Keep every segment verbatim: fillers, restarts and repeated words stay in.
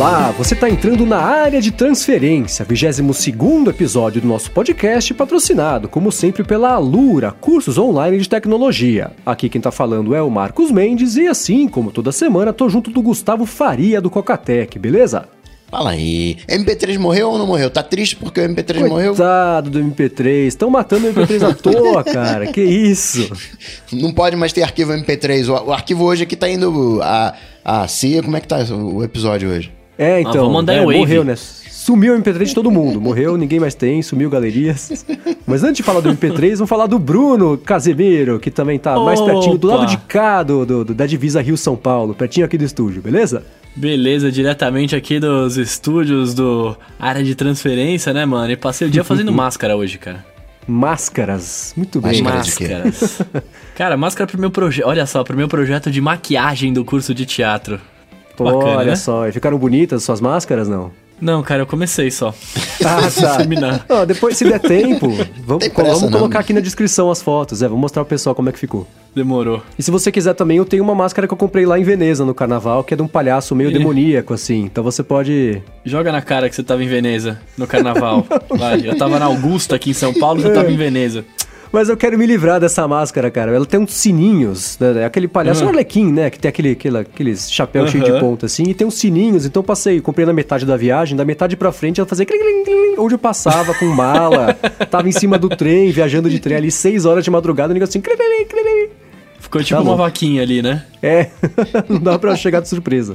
Olá, você está entrando na área de transferência, vigésimo segundo episódio do nosso podcast, patrocinado, como sempre, pela Alura, cursos online de tecnologia. Aqui quem está falando é o Marcos Mendes e assim, como toda semana, tô junto do Gustavo Faria do Cocatec, beleza? Fala aí, M P três morreu ou não morreu? Tá triste porque o M P três Coitado morreu? Coitado do M P três, estão matando o M P três à toa, cara, que isso? Não pode mais ter arquivo M P três, o, o arquivo hoje aqui tá indo a, a C, como é que tá o, o episódio hoje? É, então, ah, vou mandar é, em Wave. Morreu, né? Sumiu o M P três de todo mundo, morreu, ninguém mais tem, sumiu galerias. Mas antes de falar do M P três, vamos falar do Bruno Casemiro, que também tá mais Opa. pertinho, do lado de cá do, do, da divisa Rio-São Paulo, pertinho aqui do estúdio, beleza? Beleza, diretamente aqui dos estúdios do área de transferência, né, mano? E passei o dia fazendo máscara hoje, cara. Máscaras, muito bem. Máscara. Máscaras. Cara, máscara pro meu projeto, olha só, pro meu projeto de maquiagem do curso de teatro. Bacana, Olha né? só, e ficaram bonitas as suas máscaras, não? Não, cara, eu comecei só. Ah, tá. Terminar. Ó, depois, se der tempo, vamos, Tem pressa, vamos não. colocar aqui na descrição as fotos, é, vamos mostrar pro pessoal como é que ficou. Demorou. E se você quiser também, eu tenho uma máscara que eu comprei lá em Veneza, no carnaval, que é de um palhaço meio Ih. demoníaco, assim. Então você pode... Joga na cara que você tava em Veneza, no carnaval. Vai, eu tava na Augusta aqui em São Paulo, você tava em Veneza. Mas eu quero me livrar dessa máscara, cara. Ela tem uns sininhos, né? Aquele palhaço, Uhum. o Arlequim, né? Que tem aquele, aquele aqueles chapéu cheio de Uhum. ponta, assim. E tem uns sininhos. Então eu passei, comprei na metade da viagem. Da metade pra frente, ela fazia... cling, cling, cling, onde eu passava com mala. Tava em cima do trem, viajando de trem ali, seis horas de madrugada. O negócio assim... cling, cling, cling, cling. Ficou tipo Tá uma louco. vaquinha ali, né? É, não dá pra chegar de surpresa.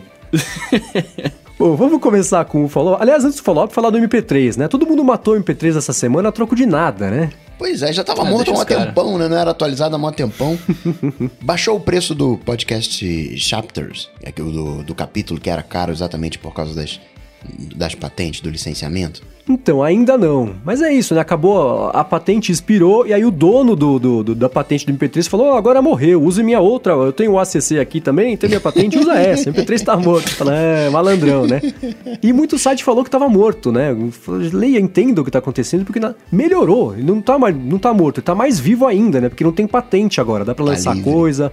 Bom, vamos começar com o follow-up. Aliás, antes do follow-up, falar do M P três, né? Todo mundo matou o M P três essa semana a troco de nada, né? Pois é, já tava Ah, morto deixa há um os cara. tempão, né? Não era atualizado há um tempão. Baixou o preço do podcast Chapters, aquele do, do capítulo que era caro exatamente por causa das, das patentes, do licenciamento. Então, ainda não. Mas é isso, né? Acabou, a patente expirou e aí o dono do, do, do- da patente do M P três falou, oh, agora morreu, use minha outra, eu tenho o A C C aqui também, tem minha patente, usa essa. O M P três tá morto. Fala, é, malandrão, né? E muito site falou que tava morto, né? Leia, entenda o que tá acontecendo, porque na- melhorou. Ele não tá, mais, não tá morto, ele tá mais vivo ainda, né? Porque não tem patente agora, dá pra Tá lançar livre. coisa.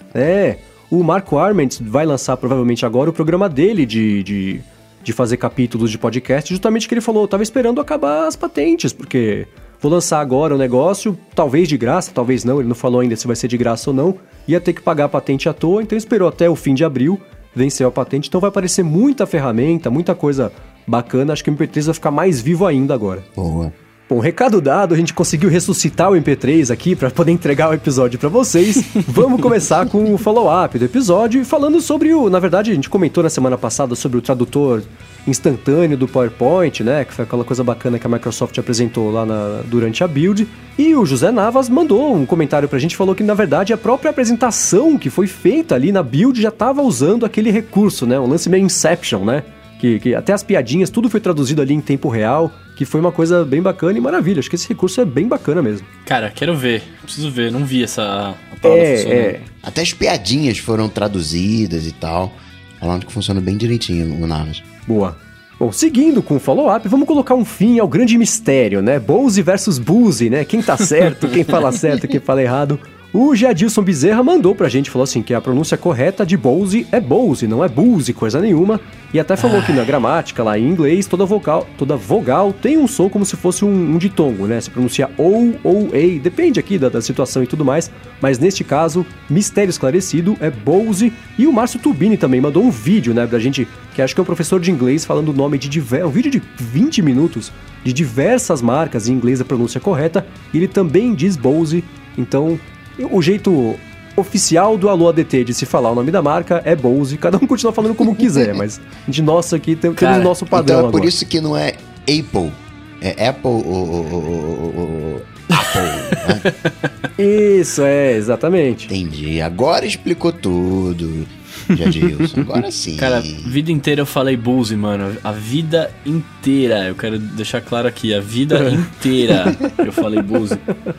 É, o Marco Arment vai lançar provavelmente agora o programa dele de... de de fazer capítulos de podcast, justamente que ele falou, eu tava esperando acabar as patentes, porque vou lançar agora o negócio, talvez de graça, talvez não, ele não falou ainda se vai ser de graça ou não, ia ter que pagar a patente à toa, então esperou até o fim de abril, venceu a patente, então vai aparecer muita ferramenta, muita coisa bacana, acho que o M P três vai ficar mais vivo ainda agora. Boa. Bom, recado dado, a gente conseguiu ressuscitar o M P três aqui para poder entregar o episódio para vocês. Vamos começar com o follow-up do episódio, falando sobre o... Na verdade, a gente comentou na semana passada sobre o tradutor instantâneo do PowerPoint, né? Que foi aquela coisa bacana que a Microsoft apresentou lá na- durante a build. E o José Navas mandou um comentário pra gente, falou que, na verdade, a própria apresentação que foi feita ali na build já estava usando aquele recurso, né? Um lance meio Inception, né? Que, que até as piadinhas, tudo foi traduzido ali em tempo real, que foi uma coisa bem bacana e maravilha. Acho que esse recurso é bem bacana mesmo. Cara, quero ver, preciso ver, não vi essa a parada É, funcionando. é. Até as piadinhas foram traduzidas e tal. Falando que funciona bem direitinho o Navas. Boa. Bom, seguindo com o follow-up, vamos colocar um fim ao grande mistério, né? Bose versus Boozy, né? Quem tá certo, quem fala certo, quem fala errado. O Jadilson Bezerra mandou pra gente, falou assim, que a pronúncia correta de Bose é Bose, não é Boozy, coisa nenhuma. E até falou que na gramática, lá em inglês, toda vogal, toda vogal tem um som como se fosse um, um ditongo, né? Se pronuncia ou ou ei, depende aqui da, da situação e tudo mais. Mas neste caso, mistério esclarecido é Bose. E o Márcio Tubini também mandou um vídeo, né, pra gente, que acho que é um professor de inglês falando o nome de diversos... Um vídeo de vinte minutos de diversas marcas em inglês a pronúncia correta. E ele também diz Bose, então... O jeito oficial do Alô A D T de se falar o nome da marca é Bose. Cada um continua falando como quiser, mas de nosso aqui tem- temos Cara, o nosso padrão Então é por agora. isso que não é Apple. É Apple ou... ou- ou- ou- ou- Apple, né? Isso, é, exatamente. Entendi. Agora explicou tudo, Jadilson. Agora sim. Cara, a vida inteira eu falei Boozy, mano. A vida inteira. Eu quero deixar claro aqui. A vida inteira eu falei Boozy.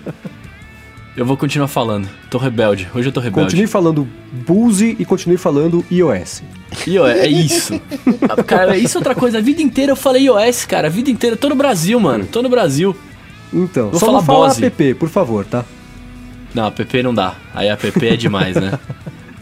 Eu vou continuar falando. Tô rebelde. Hoje eu tô rebelde. Continue falando Boozy e continue falando iOS. E ó, é isso. Ah, Cara, isso é outra coisa. A vida inteira eu falei iOS, cara. A vida inteira. Tô no Brasil, mano. Tô no Brasil. Então, Vou só falar não fala Bose. app, por favor, tá? Não, app não dá. Aí app é demais, né?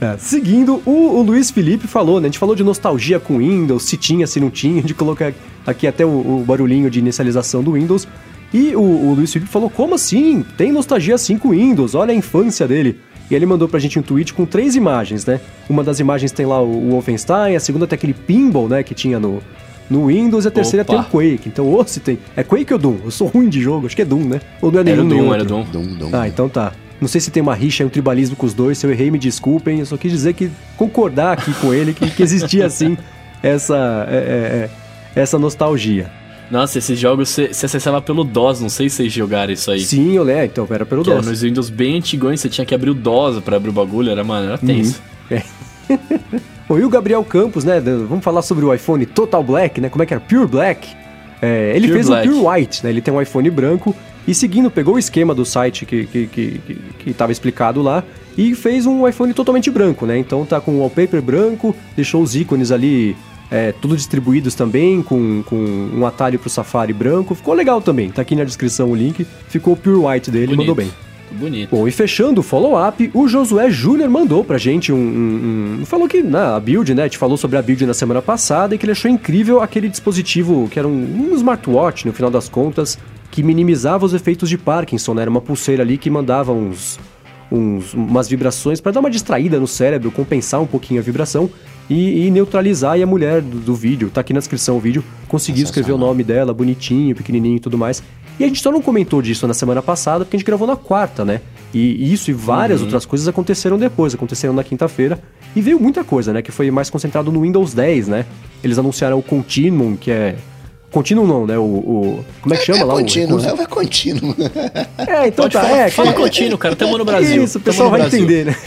É, seguindo, o, o Luiz Felipe falou, né? A gente falou de nostalgia com Windows, se tinha, se não tinha. A gente coloca aqui até o, o barulhinho de inicialização do Windows. E o, o Luiz Felipe falou, como assim? Tem nostalgia sim com Windows, olha a infância dele. E ele mandou pra gente um tweet com três imagens, né? Uma das imagens tem lá o, o Wolfenstein, a segunda tem aquele pinball, né? Que tinha no, no Windows, e a terceira Opa. tem o Quake. Então, ou se tem... É Quake ou Doom? Eu sou ruim de jogo, acho que é Doom, né? Ou não é nenhum, Era nem Doom, outro? era Doom. Dum, dum. Ah, então tá. Não sei se tem uma rixa, um tribalismo com os dois, se eu errei, me desculpem. Eu só quis dizer que, concordar aqui com ele, que, que existia, assim, essa, é, é, é, essa nostalgia. Nossa, esses jogos você acessava pelo DOS, não sei se vocês jogaram isso aí. Sim, eu lembro, então era pelo Que era DOS. nos Windows bem antigões, você tinha que abrir o DOS pra abrir o bagulho, era, mano, era tenso. É. Bom, e o Gabriel Campos, né? Vamos falar sobre o iPhone Total Black, né? Como é que era? Pure Black. É, ele Pure fez Black. o Pure White, né? Ele tem um iPhone branco e seguindo, pegou o esquema do site que que, que, que, que tava explicado lá e fez um iPhone totalmente branco, né? Então tá com o wallpaper branco, deixou os ícones ali é, tudo distribuídos também, com, com um atalho pro Safari branco. Ficou legal também, tá aqui na descrição o link. Ficou o Pure White dele, Bonito. mandou bem. Bonito. Bom, e fechando o follow-up, o Josué Júnior mandou pra gente um... um, um falou que na build, né, a gente falou sobre a build na semana passada e que ele achou incrível aquele dispositivo que era um, um smartwatch, no final das contas, que minimizava os efeitos de Parkinson, né, era uma pulseira ali que mandava uns, uns, umas vibrações pra dar uma distraída no cérebro, compensar um pouquinho a vibração e, e neutralizar. E a mulher do, do vídeo, tá aqui na descrição o vídeo, conseguiu escrever o nome dela, bonitinho, pequenininho e tudo mais. E a gente só não comentou disso na semana passada, porque a gente gravou na quarta, né? E isso e várias Uhum. outras coisas aconteceram depois, aconteceram na quinta-feira. E veio muita coisa, né? Que foi mais concentrado no Windows dez, né? Eles anunciaram o Continuum, que é... Continuum não, né? O... o... Como é que chama é lá? contínuo, o... é, vai contínuo. É, então Pode tá, falar, é... fala que- contínuo, cara, tamo no Brasil. Isso, o tamo pessoal no vai Brasil. entender, né?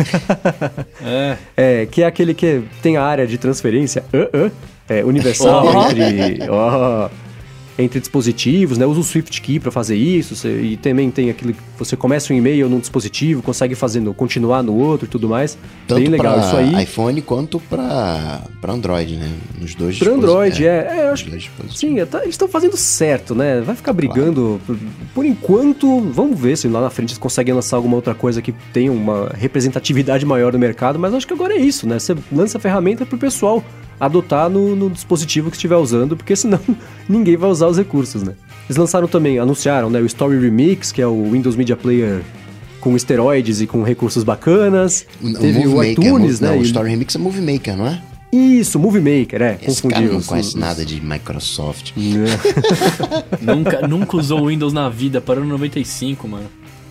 É. É, que é aquele que tem a área de transferência uh, uh, é, universal Oh. entre, ó, entre dispositivos, né? Usa o SwiftKey para fazer isso, você- e também tem aquilo que você começa um e-mail num dispositivo, consegue fazer no, continuar no outro e tudo mais. Tanto Bem legal pra isso aí. iPhone quanto pra, pra Android, né? Nos dois Para Android, disposi- é, é, eu acho nos dois que dispositivos. sim, é, tá- eles estão fazendo certo, né? Vai ficar brigando. Por, por enquanto, vamos ver se lá na frente eles conseguem lançar alguma outra coisa que tenha uma representatividade maior no mercado, mas acho que agora é isso, né? Você lança a ferramenta pro pessoal adotar no, no dispositivo que estiver usando, porque senão ninguém vai usar os recursos, né? Eles lançaram também, anunciaram, né, o Story Remix, que é o Windows Media Player com esteroides e com recursos bacanas. O Teve o Movie Maker, iTunes, Não, né? o e- Story Remix é Movie Maker, não é? Isso, Movie Maker, é. Esse confundi cara não os- conhece os- nada de Microsoft. Nunca, nunca usou o Windows na vida, parou no noventa e cinco, mano.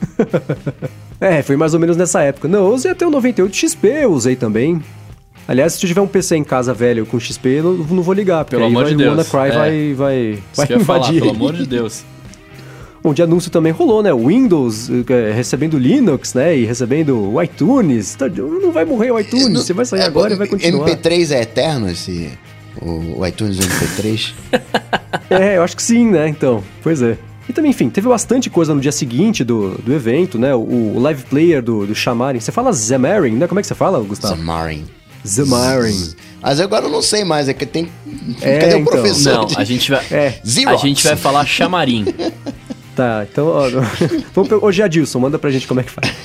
É, foi mais ou menos nessa época. Não, eu usei até o noventa e oito X P, eu usei também. Aliás, se eu tiver um P C em casa velho com X P, eu não, não vou ligar, porque Pelo aí amor vai, de o Deus. WannaCry É. vai, vai, Isso vai que eu ia falar, invadir. pelo amor de Deus. Bom, de anúncio também rolou, né? O Windows eh, recebendo Linux, né? E recebendo o iTunes. Tá- Não vai morrer o iTunes, Não- você vai sair é, agora e vai continuar. M P três é eterno, esse... O, o iTunes M P três? É, eu axe que sim, né? Então, pois é. E também, enfim, teve bastante coisa no dia seguinte do, do evento, né? O, o live player do, do Xamarin. Você fala Xamarin, né? Como é que você fala, Gustavo? Xamarin. Xamarin. Mas agora eu não sei mais, é que tem... É, Cadê o então. professor? Não, de- a gente vai. É. A Xerox. gente vai falar chamarim. Tá, então, ó, vamos pe- Ô, Jadilson, manda pra gente como é que faz.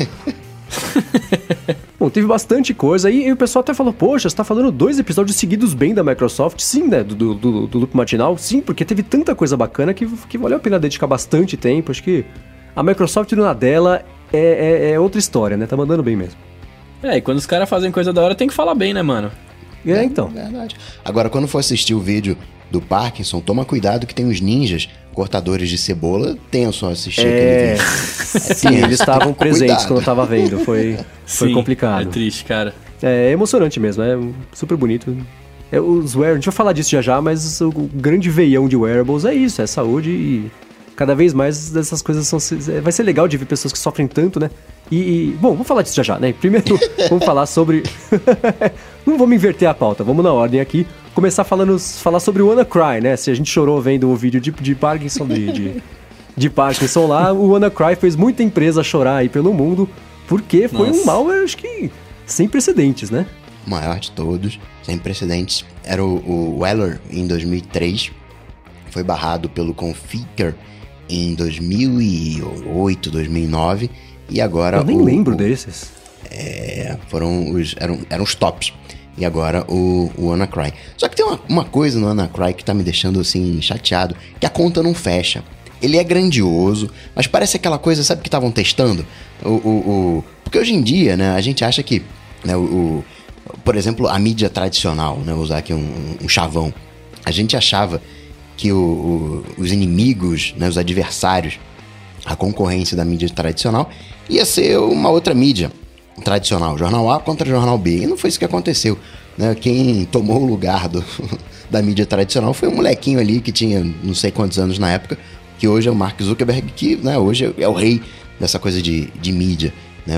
Bom, teve bastante coisa aí, e o pessoal até falou, poxa, você tá falando dois episódios seguidos bem da Microsoft? Sim, né, do, do, do, do Loop Matinal, sim, porque teve tanta coisa bacana que, que valeu a pena dedicar bastante tempo. Acho que a Microsoft na dela é, é, é outra história, né, tá mandando bem mesmo. É, e quando os caras fazem coisa da hora, tem que falar bem, né, mano? É, então. Verdade. Agora, quando for assistir o vídeo do Parkinson, toma cuidado que tem uns ninjas cortadores de cebola tenso a assistir É, aquele vídeo. sim, eles estavam presentes Cuidado. quando eu tava vendo, foi, foi Sim, complicado. É triste, cara. É emocionante mesmo, é super bonito. É, os wear... A gente vai falar disso já já, mas o grande veião de wearables é isso, é saúde e cada vez mais dessas coisas são... Vai ser legal de ver pessoas que sofrem tanto, né? E, e... Bom, vamos falar disso já já, né? Primeiro, vamos falar sobre... Não vamos inverter a pauta, vamos na ordem aqui. Começar falando, falar sobre o WannaCry, né? Se a gente chorou vendo o vídeo de, de Parkinson, de, de, de Parkinson lá, o WannaCry fez muita empresa chorar aí pelo mundo, porque foi Nossa. um malware, acho que, sem precedentes, né? O maior de todos, sem precedentes, era o, o Weller em dois mil e três. Foi barrado pelo Configure em dois mil e oito, dois mil e nove. E agora Eu nem o, lembro o, desses. é, foram os, eram, eram os tops. E agora o, o WannaCry. Só que tem uma, uma coisa no WannaCry que tá me deixando assim chateado, que a conta não fecha. Ele é grandioso, mas parece aquela coisa, sabe, que estavam testando? O, o, o, porque hoje em dia, né, a gente acha que, né, o, o, por exemplo, a mídia tradicional, né, vou usar aqui um, um chavão, a gente achava que o, o, os inimigos, né, os adversários, a concorrência da mídia tradicional ia ser uma outra mídia tradicional, jornal A contra jornal B, e não foi isso que aconteceu, né? Quem tomou o lugar do, da mídia tradicional foi um molequinho ali que tinha não sei quantos anos na época, que hoje é o Mark Zuckerberg, que, né, hoje é o rei dessa coisa de, de mídia, né?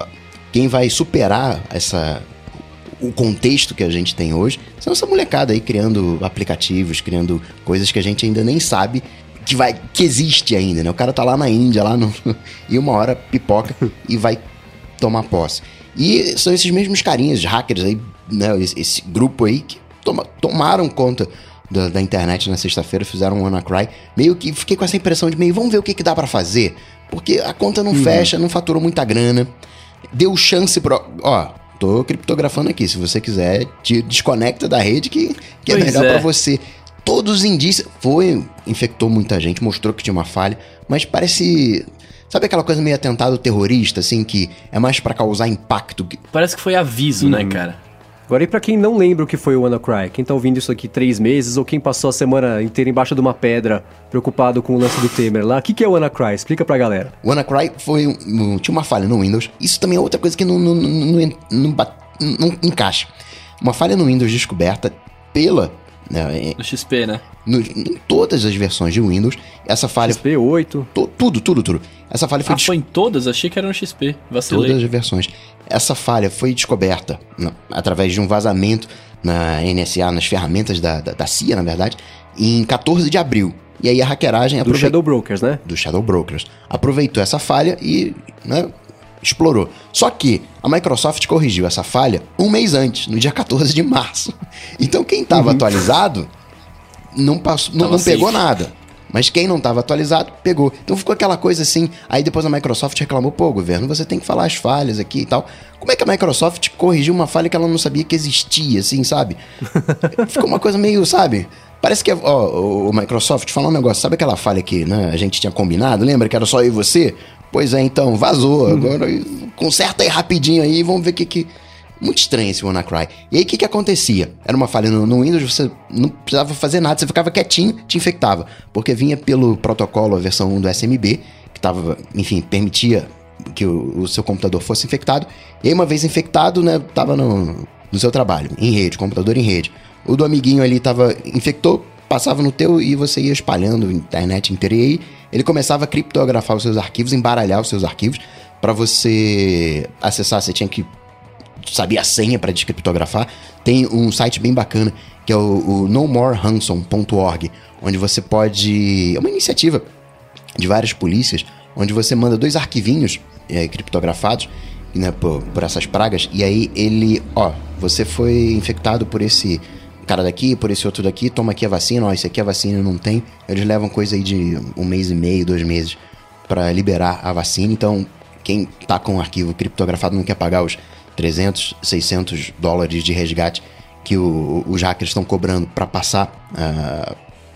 Quem vai superar essa, o contexto que a gente tem hoje são essa molecada aí criando aplicativos, criando coisas que a gente ainda nem sabe que, vai, que existe ainda, né? O cara tá lá na Índia, lá no, e uma hora pipoca e vai tomar posse. E são esses mesmos carinhas, hackers aí, né, esse, esse grupo aí que toma, tomaram conta da, da internet na sexta-feira, fizeram um WannaCry. Meio que fiquei com essa impressão de meio, vamos ver o que, que dá pra fazer, porque a conta não uhum. fecha, não faturou muita grana, deu chance pro... Ó, tô criptografando aqui, se você quiser, te desconecta da rede que, que é melhor é. pra você. Todos os indícios... Foi, infectou muita gente, mostrou que tinha uma falha, mas parece... Sabe aquela coisa meio atentado terrorista, assim, que é mais pra causar impacto? Parece que foi aviso, hum. né, cara? Agora, e pra quem não lembra o que foi o WannaCry? Quem tá ouvindo isso aqui três meses, ou quem passou a semana inteira embaixo de uma pedra, preocupado com o lance do Temer lá, o que, que é o WannaCry? Explica pra galera. O WannaCry foi um, tinha uma falha no Windows. Isso também é outra coisa que não, não, não, não, não, não encaixa. Uma falha no Windows descoberta pela... Né, no X P, né? No, em todas as versões de Windows. Essa falha... X P oito. To, tudo, tudo, tudo. Essa falha foi... Ah, des... foi em todas? Achei que era no X P. Vacilei. Todas as versões. Essa falha foi descoberta na, através de um vazamento na N S A, nas ferramentas da, da, da C I A, na verdade, em quatorze de abril. E aí a hackeragem... Do aprove... Shadow Brokers, né? Do Shadow Brokers. Aproveitou essa falha e... Né, explorou. Só que a Microsoft corrigiu essa falha um mês antes, no dia quatorze de março. Então quem estava uhum. atualizado não, passou, não, não pegou nada. Mas quem não estava atualizado, pegou. Então ficou aquela coisa assim. Aí depois a Microsoft reclamou, pô, governo, você tem que falar as falhas aqui e tal. Como é que a Microsoft corrigiu uma falha que ela não sabia que existia, assim, sabe? Ficou uma coisa meio, sabe... Parece que, ó, o Microsoft, falar um negócio, sabe aquela falha que, né, a gente tinha combinado? Lembra que era só eu e você? Pois é, então, vazou. Agora, conserta aí rapidinho aí, vamos ver o que que... Muito estranho esse WannaCry. E aí, o que que acontecia? Era uma falha no, no Windows, você não precisava fazer nada, você ficava quietinho, te infectava. Porque vinha pelo protocolo, a versão um do S M B, que tava, enfim, permitia que o, o seu computador fosse infectado. E aí, uma vez infectado, né, tava no, no seu trabalho, em rede, computador em rede. O do amiguinho ali tava, infectou, passava no teu e você ia espalhando a internet inteira. E aí ele começava a criptografar os seus arquivos, embaralhar os seus arquivos. Para você acessar, você tinha que saber a senha para descriptografar. Tem um site bem bacana, que é o, o no more ransom ponto org, onde você pode... É uma iniciativa de várias polícias, onde você manda dois arquivinhos é, criptografados, né, por, por essas pragas, e aí ele... Ó, você foi infectado por esse... cara daqui, por esse outro daqui, toma aqui a vacina, ó, esse aqui a vacina não tem. Eles levam coisa aí de um mês e meio, dois meses para liberar a vacina. Então, quem tá com o arquivo criptografado não quer pagar os trezentos, seiscentos dólares de resgate que o, os hackers estão cobrando para passar uh,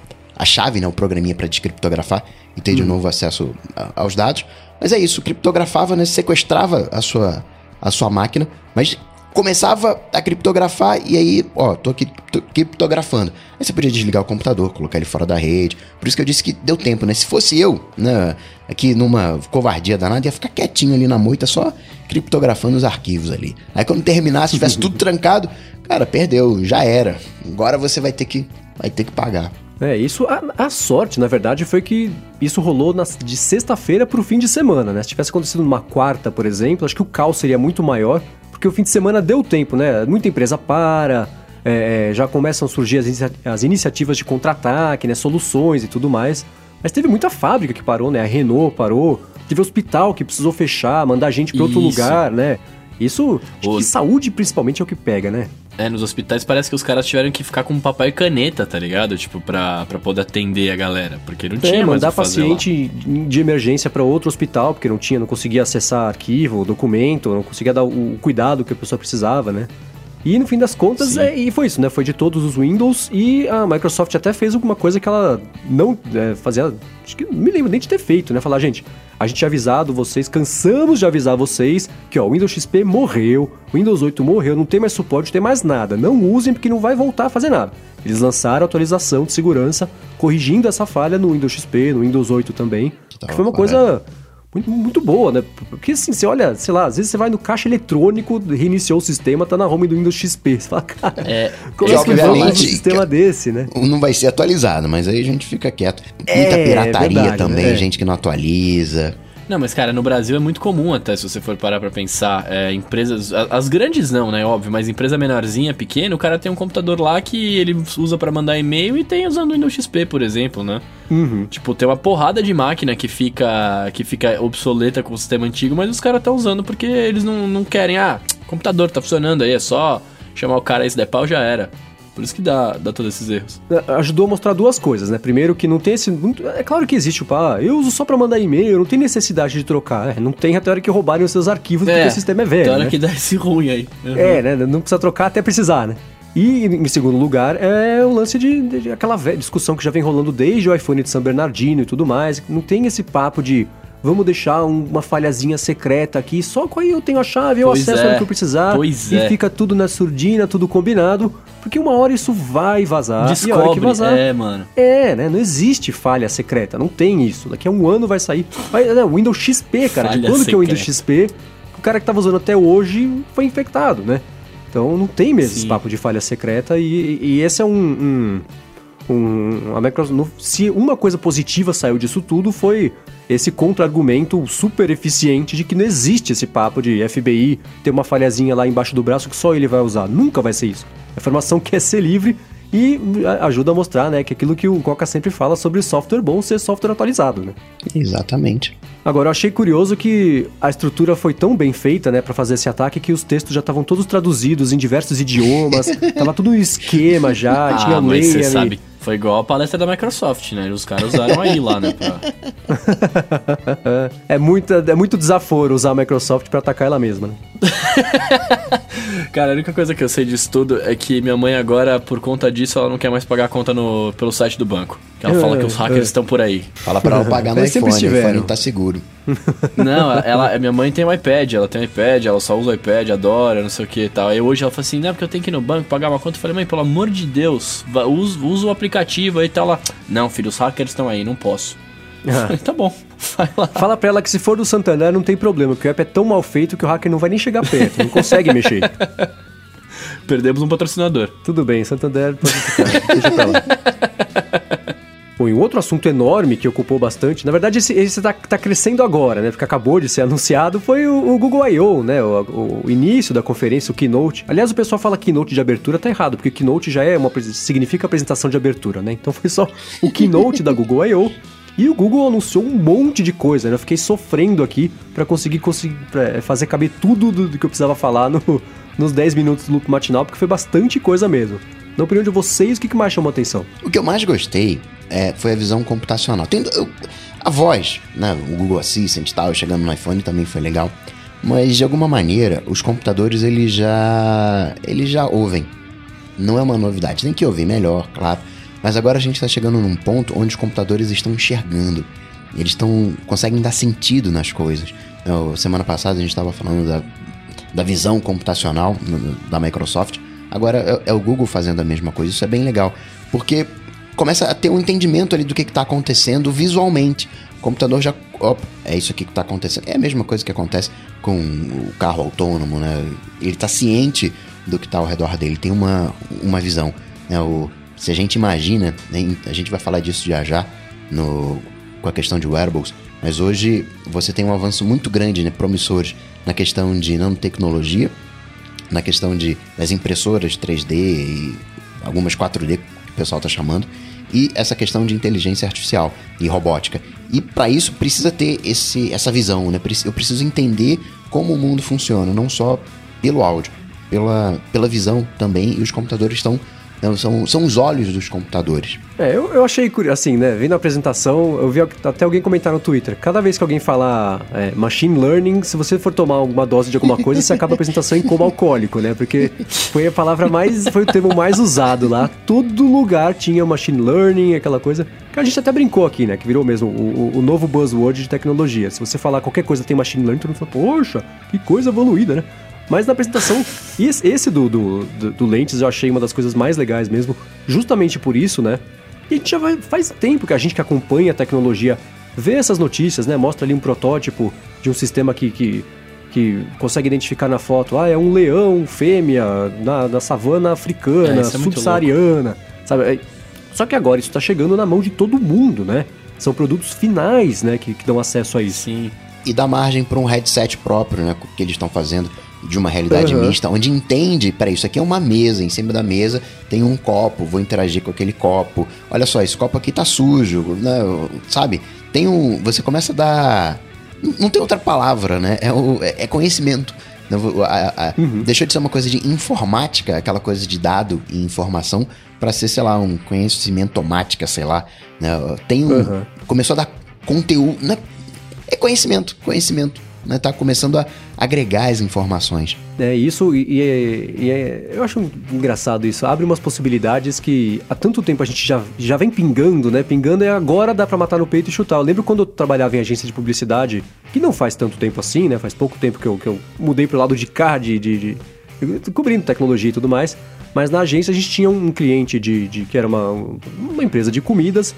a chave, né, o programinha para descriptografar e ter hum. de novo acesso a, aos dados. Mas é isso, criptografava, né, sequestrava a sua, a sua máquina, mas... começava a criptografar e aí, ó, tô aqui tô criptografando. Aí você podia desligar o computador, colocar ele fora da rede. Por isso que eu disse que deu tempo, né? Se fosse eu, né, aqui numa covardia danada, ia ficar quietinho ali na moita, só criptografando os arquivos ali. Aí quando terminasse, tivesse tudo trancado, cara, perdeu, já era. Agora você vai ter que, vai ter que pagar. É, isso, a, a sorte, na verdade, foi que isso rolou na, de sexta-feira pro fim de semana, né? Se tivesse acontecido numa quarta, por exemplo, acho que o caos seria muito maior. Porque o fim de semana deu tempo, né? Muita empresa para, é, já começam a surgir as, inicia- as iniciativas de contra-ataque, né? Soluções e tudo mais. Mas teve muita fábrica que parou, né? A Renault parou, teve hospital que precisou fechar, mandar gente para outro lugar, né? Isso, acho O- que saúde principalmente é o que pega, né? É, nos hospitais parece que os caras tiveram que ficar com papel e caneta, tá ligado? Tipo, pra, pra poder atender a galera. Porque não tinha É, mais o mandar que fazer lá. paciente de emergência para outro hospital, porque não tinha, não conseguia acessar arquivo, documento, não conseguia dar o cuidado que a pessoa precisava, né? E no fim das contas, é, e foi isso, né? Foi de todos os Windows e a Microsoft até fez alguma coisa que ela não é, fazia, acho que não me lembro nem de ter feito, né? Falar, gente, a gente tinha avisado vocês, cansamos de avisar vocês que ó, o Windows X P morreu, o Windows oito morreu, não tem mais suporte, não tem mais nada. Não usem porque não vai voltar a fazer nada. Eles lançaram a atualização de segurança corrigindo essa falha no Windows X P, no Windows oito também, que foi uma coisa muito, muito boa, né? Porque assim, você olha, sei lá, às vezes você vai no caixa eletrônico, reiniciou o sistema, tá na home do Windows X P. Você fala, cara, É, como e é que vai um obviamente sistema que- desse, né? Não vai ser atualizado, mas aí a gente fica quieto. Muita É, pirataria verdade, também, né? gente que não atualiza. Não, mas cara, no Brasil é muito comum até, se você for parar pra pensar, é, empresas, a- as grandes não, né, óbvio, mas empresa menorzinha, pequena, o cara tem um computador lá que ele usa pra mandar e-mail e tem usando o Windows X P, por exemplo, né? Uhum. Tipo, tem uma porrada de máquina que fica, que fica obsoleta com o sistema antigo, mas os caras estão usando porque eles não, não querem, ah, computador tá funcionando aí, é só chamar o cara aí, se der pau, já era. Por isso que dá, dá todos esses erros. Ajudou a mostrar duas coisas, né? Primeiro que não tem esse... É claro que existe o pá, eu uso só pra mandar e-mail, não tem necessidade de trocar. É, não tem até a hora que roubarem os seus arquivos porque o sistema é velho, Tem hora né? que dá esse ruim aí. Uhum. É, né? Não precisa trocar até precisar, né? E, em segundo lugar, é o lance de, de- de aquela velha discussão que já vem rolando desde o iPhone de San Bernardino e tudo mais. Não tem esse papo de vamos deixar um- uma falhazinha secreta aqui, só que aí eu tenho a chave, eu Pois acesso é, a hora que eu precisar. pois e é. fica tudo na surdina, tudo combinado, porque uma hora isso vai vazar. e a hora que Descobre, vazar, é, mano. é, né? Não existe falha secreta, não tem isso. Daqui a um ano vai sair. Vai, né, o Windows X P, cara. De Falha quando que é o Windows secreta. X P? O cara que tava usando até hoje foi infectado, né? Então não tem mesmo esse Sim. papo de falha secreta e, e esse é um... um, um a Microsoft, no- se uma coisa positiva saiu disso tudo foi esse contra-argumento super eficiente de que não existe esse papo de F B I ter uma falhazinha lá embaixo do braço que só ele vai usar. Nunca vai ser isso. A informação quer ser livre e a- ajuda a mostrar, né, que aquilo que o Coca sempre fala sobre software bom ser software atualizado, né? Exatamente. Agora, eu achei curioso que a estrutura foi tão bem feita, né, pra fazer esse ataque, que os textos já estavam todos traduzidos em diversos idiomas, tava tudo um esquema já, tinha Ah, mas lei você ali. sabe, foi igual a palestra da Microsoft, né? Os caras usaram aí lá, né? Pra... é, muita, é muito desaforo usar a Microsoft pra atacar ela mesma, né? Cara, a única coisa que eu sei disso tudo é que minha mãe agora, por conta disso, ela não quer mais pagar a conta no, pelo site do banco. Que ela É, fala que os hackers é. estão por aí. Fala pra ela pagar no Eles sempre iPhone, o estiveram. iPhone tá seguro. Não, ela, minha mãe tem um iPad, ela tem um iPad, ela só usa o iPad, adora, não sei o que e tal. Aí hoje ela fala assim, não, porque eu tenho que ir no banco pagar uma conta. Eu falei, mãe, pelo amor de Deus, va- usa, usa o aplicativo aí e tal. Ela, não, filho, os hackers estão aí, não posso. Eu falei, tá bom, vai lá. Fala pra ela que se for do Santander não tem problema, porque o app é tão mal feito que o hacker não vai nem chegar perto, não consegue mexer. Perdemos um patrocinador. Tudo bem, Santander pode ficar, deixa pra lá. Bom, e um outro assunto enorme que ocupou bastante, na verdade esse, esse tá, tá crescendo agora, né, porque acabou de ser anunciado, foi o, o Google I O, né, o, o início da conferência, o Keynote. Aliás, o pessoal fala Keynote de abertura, tá errado, porque Keynote já é uma, significa apresentação de abertura, né, então foi só o Keynote da Google I O. E o Google anunciou um monte de coisa, né? Eu fiquei sofrendo aqui pra conseguir, conseguir pra fazer caber tudo do, do que eu precisava falar no, nos dez minutos do loop matinal, porque foi bastante coisa mesmo. Na opinião de vocês, o que que mais chamou a atenção? O que eu mais gostei é, foi a visão computacional. Tem, eu- a voz, né? O Google Assistant e tal, chegando no iPhone também foi legal. Mas, de alguma maneira, os computadores, eles já, eles já ouvem. Não é uma novidade. Tem que ouvir melhor, claro. Mas agora a gente está chegando num ponto onde os computadores estão enxergando. Eles estão, conseguem dar sentido nas coisas. Eu, semana passada a gente estava falando da, da visão computacional no- no- da Microsoft. Agora é, é o Google fazendo a mesma coisa. Isso é bem legal. Porque começa a ter um entendimento ali do que está acontecendo visualmente. O computador já... Opa, é isso aqui que está acontecendo. É a mesma coisa que acontece com o carro autônomo, né? Ele está ciente do que está ao redor dele. Tem uma, uma visão. Né? O... Se a gente imagina, né, a gente vai falar disso já já no, com a questão de wearables, mas hoje você tem um avanço muito grande, né, promissores na questão de nanotecnologia, na questão de, das impressoras três D e algumas quatro D, que o pessoal está chamando, e essa questão de inteligência artificial e robótica. E para isso precisa ter esse, essa visão, né? Eu preciso entender como o mundo funciona, não só pelo áudio, pela, pela visão também, e os computadores estão... Não, são, são os olhos dos computadores. É, eu, eu achei curioso, assim, né? Vendo a apresentação, eu vi até alguém comentar no Twitter. Cada vez que alguém falar é, machine learning, se você for tomar uma dose de alguma coisa, você acaba a apresentação em coma alcoólico, né? Porque foi a palavra mais, foi o termo mais usado lá. Todo lugar tinha machine learning, aquela coisa. Que a gente até brincou aqui, né? Que virou mesmo o, o, o novo buzzword de tecnologia. Se você falar qualquer coisa tem machine learning, todo mundo fala, poxa, que coisa evoluída, né? Mas na apresentação, esse do, do, do, do Lentes eu achei uma das coisas mais legais mesmo, justamente por isso, né? E a gente já vai, faz tempo que a gente que acompanha a tecnologia vê essas notícias, né? Mostra ali um protótipo de um sistema que, que, que consegue identificar na foto, ah, é um leão fêmea na, na savana africana, é, subsaariana, sabe? Só que agora isso está chegando na mão de todo mundo, né? São produtos finais, né, que, que dão acesso a isso. Sim. E dá margem para um headset próprio, né, que eles estão fazendo, de uma realidade uhum. mista, onde entende, peraí, isso aqui é uma mesa, em cima da mesa tem um copo, vou interagir com aquele copo, olha só, esse copo aqui tá sujo, né, sabe? Tem um, você começa a dar, não tem outra palavra, né, é, o, é conhecimento. A, a, uhum. Deixou de ser uma coisa de informática, aquela coisa de dado e informação, para ser, sei lá, um conhecimento automática, sei lá, né? Tem um, uhum. começou a dar conteúdo, né? É conhecimento, conhecimento. Né, tá começando a agregar as informações. É isso, e, e, é, e é, eu acho engraçado isso. Abre umas possibilidades que há tanto tempo a gente já, já vem pingando, né? Pingando e agora dá pra matar no peito e chutar. Eu lembro quando eu trabalhava em agência de publicidade, que não faz tanto tempo assim, né? Faz pouco tempo que eu, que eu mudei pro lado de cá, de, de, de, cobrindo tecnologia e tudo mais. Mas na agência a gente tinha um cliente de, de, que era uma, uma empresa de comidas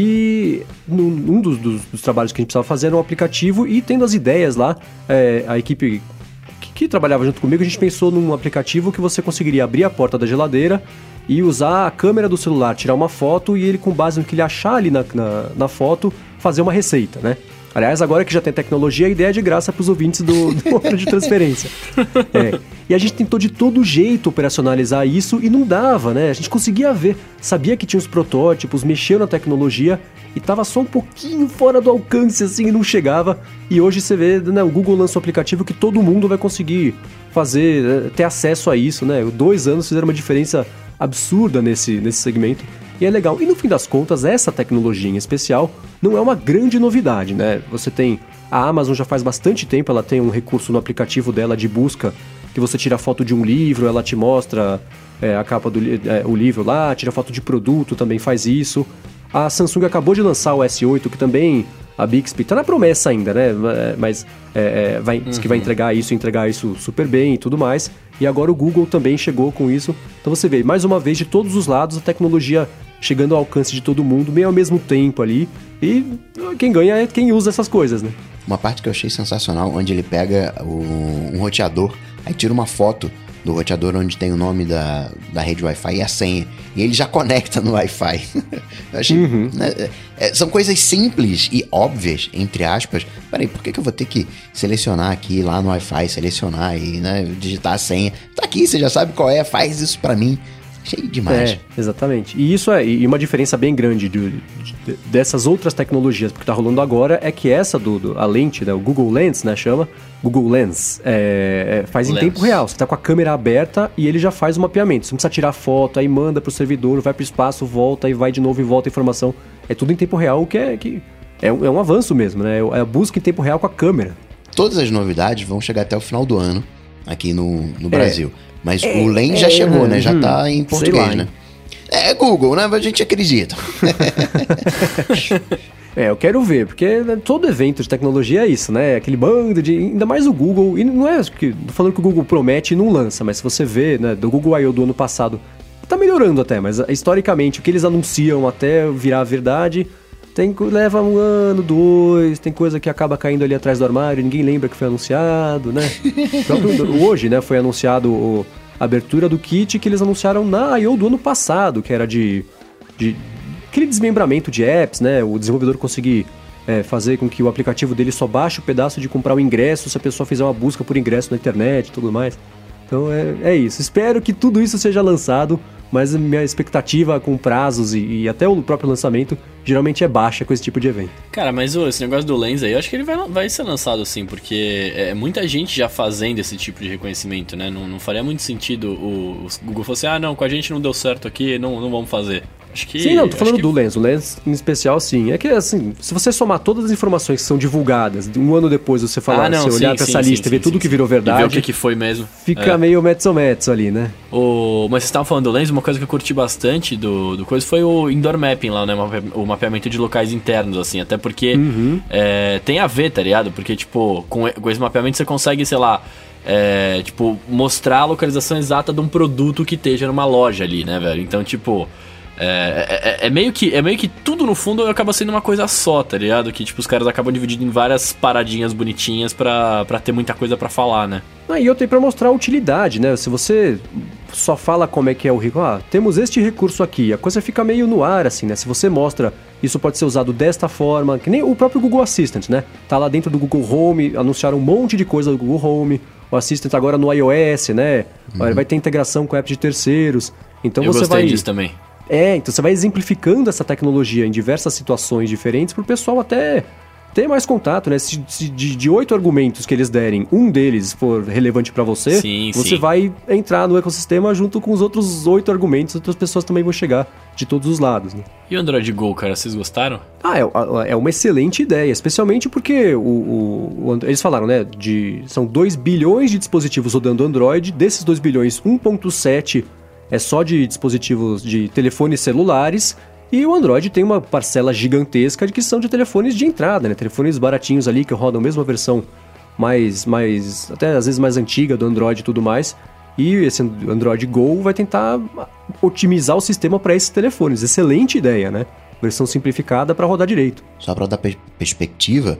e num, um dos, dos, dos trabalhos que a gente precisava fazer era um aplicativo e tendo as ideias lá, é, a equipe que, que trabalhava junto comigo, a gente pensou num aplicativo que você conseguiria abrir a porta da geladeira e usar a câmera do celular, tirar uma foto e ele, com base no que ele achar ali na, na, na foto, fazer uma receita, né? Aliás, agora que já tem tecnologia, a ideia é de graça para os ouvintes do, do Hora de Transferência. É. E a gente tentou de todo jeito operacionalizar isso e não dava, né? A gente conseguia ver, sabia que tinha os protótipos, mexeu na tecnologia e tava só um pouquinho fora do alcance, assim, e não chegava. E hoje você vê, né, o Google lança um aplicativo que todo mundo vai conseguir fazer, ter acesso a isso, né? Dois anos fizeram uma diferença absurda nesse, nesse segmento. E é legal. E no fim das contas, essa tecnologia em especial não é uma grande novidade, né? Você tem... A Amazon já faz bastante tempo, ela tem um recurso no aplicativo dela de busca, que você tira foto de um livro, ela te mostra é, a capa do é, o livro lá, tira foto de produto, também faz isso. A Samsung acabou de lançar o S oito, que também... A Bixby tá na promessa ainda, né? Mas é, é, vai, uhum. diz que vai entregar isso, entregar isso super bem e tudo mais. E agora o Google também chegou com isso. Então você vê, mais uma vez, de todos os lados, a tecnologia chegando ao alcance de todo mundo, meio ao mesmo tempo ali. E quem ganha é quem usa essas coisas, né? Uma parte que eu achei sensacional, onde ele pega o, um roteador, aí tira uma foto do roteador onde tem o nome da, da rede Wi-Fi e a senha. E ele já conecta no Wi-Fi. Eu achei, uhum. né, é, são coisas simples e óbvias, entre aspas. Peraí, por que, que eu vou ter que selecionar aqui lá no Wi-Fi, selecionar e, né, digitar a senha? Tá aqui, você já sabe qual é, faz isso pra mim. Achei demais. É, exatamente. E isso é e uma diferença bem grande de, de, dessas outras tecnologias, porque tá rolando agora é que essa, do, do a lente, né, o Google Lens, né, chama, Google Lens, é, é, faz Lens. Em tempo real. Você tá com a câmera aberta e ele já faz o mapeamento. Você não precisa tirar foto, aí manda pro servidor, vai pro espaço, volta, e vai de novo e volta a informação. É tudo em tempo real, o que é, que é, um, é um avanço mesmo, né? É a busca em tempo real com a câmera. Todas as novidades vão chegar até o final do ano aqui no, no Brasil. É. Mas é, o Lens já é, chegou, é, né? Já hum, tá em português, lá, né? É Google, né? A gente acredita. É, eu quero ver, porque todo evento de tecnologia é isso, né? Aquele bando de... Ainda mais o Google, e não é que... Tô falando que o Google promete e não lança, mas se você vê, né, do Google I O do ano passado, tá melhorando até, mas historicamente, o que eles anunciam até virar verdade... Tem, leva um ano, dois, tem coisa que acaba caindo ali atrás do armário, ninguém lembra que foi anunciado, né? Próprio, hoje, né, foi anunciado o, a abertura do kit que eles anunciaram na I O do ano passado, que era de, de aquele desmembramento de apps, né? O desenvolvedor conseguir é, fazer com que o aplicativo dele só baixe o pedaço de comprar o ingresso se a pessoa fizer uma busca por ingresso na internet e tudo mais. Então é, é isso. Espero que tudo isso seja lançado mas a minha expectativa com prazos e, e até o próprio lançamento geralmente é baixa com esse tipo de evento. Cara, mas ô, esse negócio do Lens aí, eu acho que ele vai, vai ser lançado sim, porque é muita gente já fazendo esse tipo de reconhecimento, né? Não, não faria muito sentido o, o Google fosse, ah, não, com a gente não deu certo aqui, não, não vamos fazer. Acho que... Sim, não, tô falando que... do Lens. O Lens, em especial, sim. É que, assim, se você somar todas as informações que são divulgadas, um ano depois você falar, ah, não, você sim, olhar pra sim, essa sim, lista sim, e ver sim, tudo sim, que virou verdade... E ver o que, que foi mesmo. Fica é. meio metso-metso ali, né? O... Mas vocês estavam falando do Lens, uma coisa que eu curti bastante do, do coisa foi o indoor mapping lá, né? O mapeamento de locais internos, assim. Até porque uhum. é, tem a ver, tá ligado? Porque, tipo, com, com esse mapeamento você consegue, sei lá... É, tipo, mostrar a localização exata de um produto que esteja numa loja ali, né, velho? Então, tipo... É, é, é, meio que, é meio que tudo no fundo acaba sendo uma coisa só, tá ligado? Que tipo, os caras acabam dividindo em várias paradinhas bonitinhas pra, pra ter muita coisa pra falar, né? Ah, e eu tenho pra mostrar a utilidade, né? Se você só fala como é que é o recurso, ah, temos este recurso aqui, a coisa fica meio no ar, assim, né? Se você mostra, isso pode ser usado desta forma, que nem o próprio Google Assistant, né? Tá lá dentro do Google Home, anunciaram um monte de coisa do Google Home, o Assistant agora no iOS, né? Uhum. Vai ter integração com apps de terceiros, então eu você gostei vai... disso também. É, então você vai exemplificando essa tecnologia em diversas situações diferentes para o pessoal até ter mais contato, né? Se, se de, de oito argumentos que eles derem, um deles for relevante para você, sim, você sim. vai entrar no ecossistema junto com os outros oito argumentos, outras pessoas também vão chegar de todos os lados, né? E o Android Go, cara, vocês gostaram? Ah, é, é uma excelente ideia, especialmente porque o, o, o, eles falaram, né, de, são dois bilhões de dispositivos rodando Android, desses dois bilhões, um vírgula sete é só de dispositivos de telefones celulares, e o Android tem uma parcela gigantesca de que são de telefones de entrada, né? Telefones baratinhos ali que rodam a mesma versão mais, mais até às vezes mais antiga do Android e tudo mais. E esse Android Go vai tentar otimizar o sistema para esses telefones. Excelente ideia, né? Versão simplificada para rodar direito. Só para dar per- perspectiva,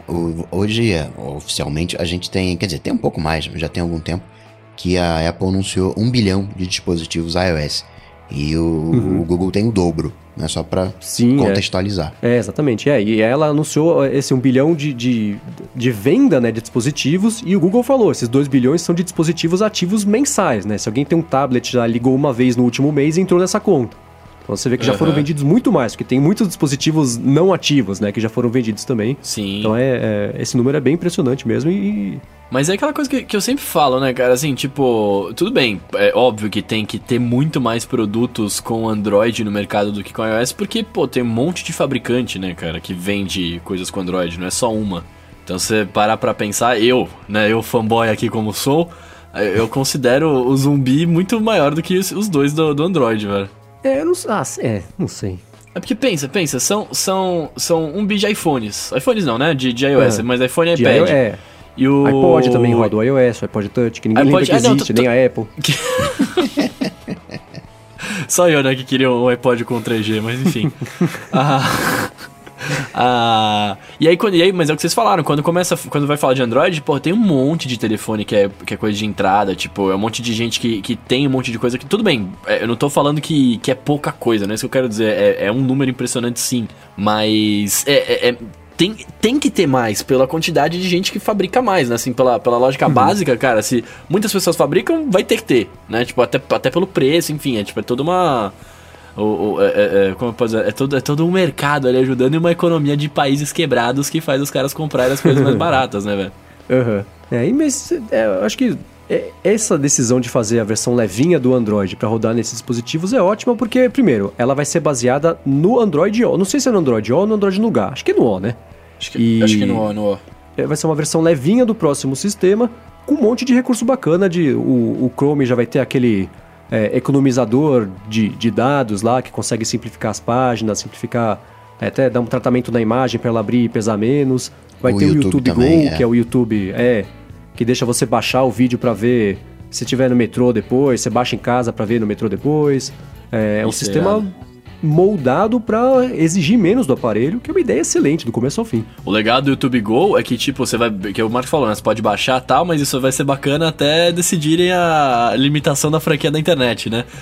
hoje oficialmente a gente tem, quer dizer, tem um pouco mais, já tem algum tempo, que a Apple anunciou um bilhão de dispositivos iOS. E o, uhum. o Google tem o dobro, né? Só para contextualizar. É. é, exatamente. É. E ela anunciou esse um bilhão de, de, de venda, né, de dispositivos, e o Google falou, esses dois bilhões são de dispositivos ativos mensais, né? Se alguém tem um tablet, já ligou uma vez no último mês e entrou nessa conta. Então você vê que já uhum. foram vendidos muito mais, porque tem muitos dispositivos não ativos, né, que já foram vendidos também. Sim. Então é, é, esse número é bem impressionante mesmo e... Mas é aquela coisa que, que eu sempre falo, né, cara, assim, tipo, tudo bem, é óbvio que tem que ter muito mais produtos com Android no mercado do que com iOS, porque, pô, tem um monte de fabricante, né, cara, que vende coisas com Android, não é só uma. Então você parar pra pensar, eu, né, eu fanboy aqui como sou, eu considero o Zumbi muito maior do que os dois do, do Android, velho. É, eu não, ah, é, não sei. É porque pensa, pensa, são, são, são um bi de iPhones. iPhones não, né? De, de iOS, uhum. mas iPhone e iPad. É. E o iPod também roda o iOS, o iPod Touch, que ninguém iPod... lembra que ah, não, existe, tô, tô... nem a Apple. Só eu, né, que queria um iPod com três G, mas enfim. ah... Ah, e, aí, quando, e aí, mas é o que vocês falaram, quando começa, quando vai falar de Android, pô, tem um monte de telefone que é, que é coisa de entrada, tipo, é um monte de gente que, que tem um monte de coisa que, tudo bem, é, eu não tô falando que, que é pouca coisa, não é isso que eu quero dizer, é, é um número impressionante sim, mas é, é, é, tem, tem que ter mais pela quantidade de gente que fabrica mais, né, assim, pela, pela lógica uhum. básica, cara, se muitas pessoas fabricam, vai ter que ter, né, tipo, até, até pelo preço, enfim, é tipo, é toda uma... O, o, é, é, como eu posso dizer? É todo, é todo um mercado ali ajudando e uma economia de países quebrados que faz os caras comprarem as coisas mais baratas, né, velho? Aham. Uhum. É, mas é, eu acho que é, essa decisão de fazer a versão levinha do Android para rodar nesses dispositivos é ótima porque, primeiro, ela vai ser baseada no Android O. Não sei se é no Android O ou no Android Nougat. Acho que é no O, né? Acho que, e... acho que no O, no O. É, vai ser uma versão levinha do próximo sistema com um monte de recurso bacana. De, o, o Chrome já vai ter aquele... É, economizador de, de dados lá, que consegue simplificar as páginas, simplificar, é, até dar um tratamento na imagem para ela abrir e pesar menos. Vai o ter YouTube o YouTube também, Go, é. que é o YouTube, é, que deixa você baixar o vídeo para ver se tiver no metrô depois, você baixa em casa para ver no metrô depois. É, é um sistema é. moldado para exigir menos do aparelho, que é uma ideia excelente do começo ao fim. O legal do YouTube Go é que, tipo, você vai, que o Marcos falou, né? Você pode baixar e tal, mas isso vai ser bacana até decidirem a limitação da franquia da internet, né?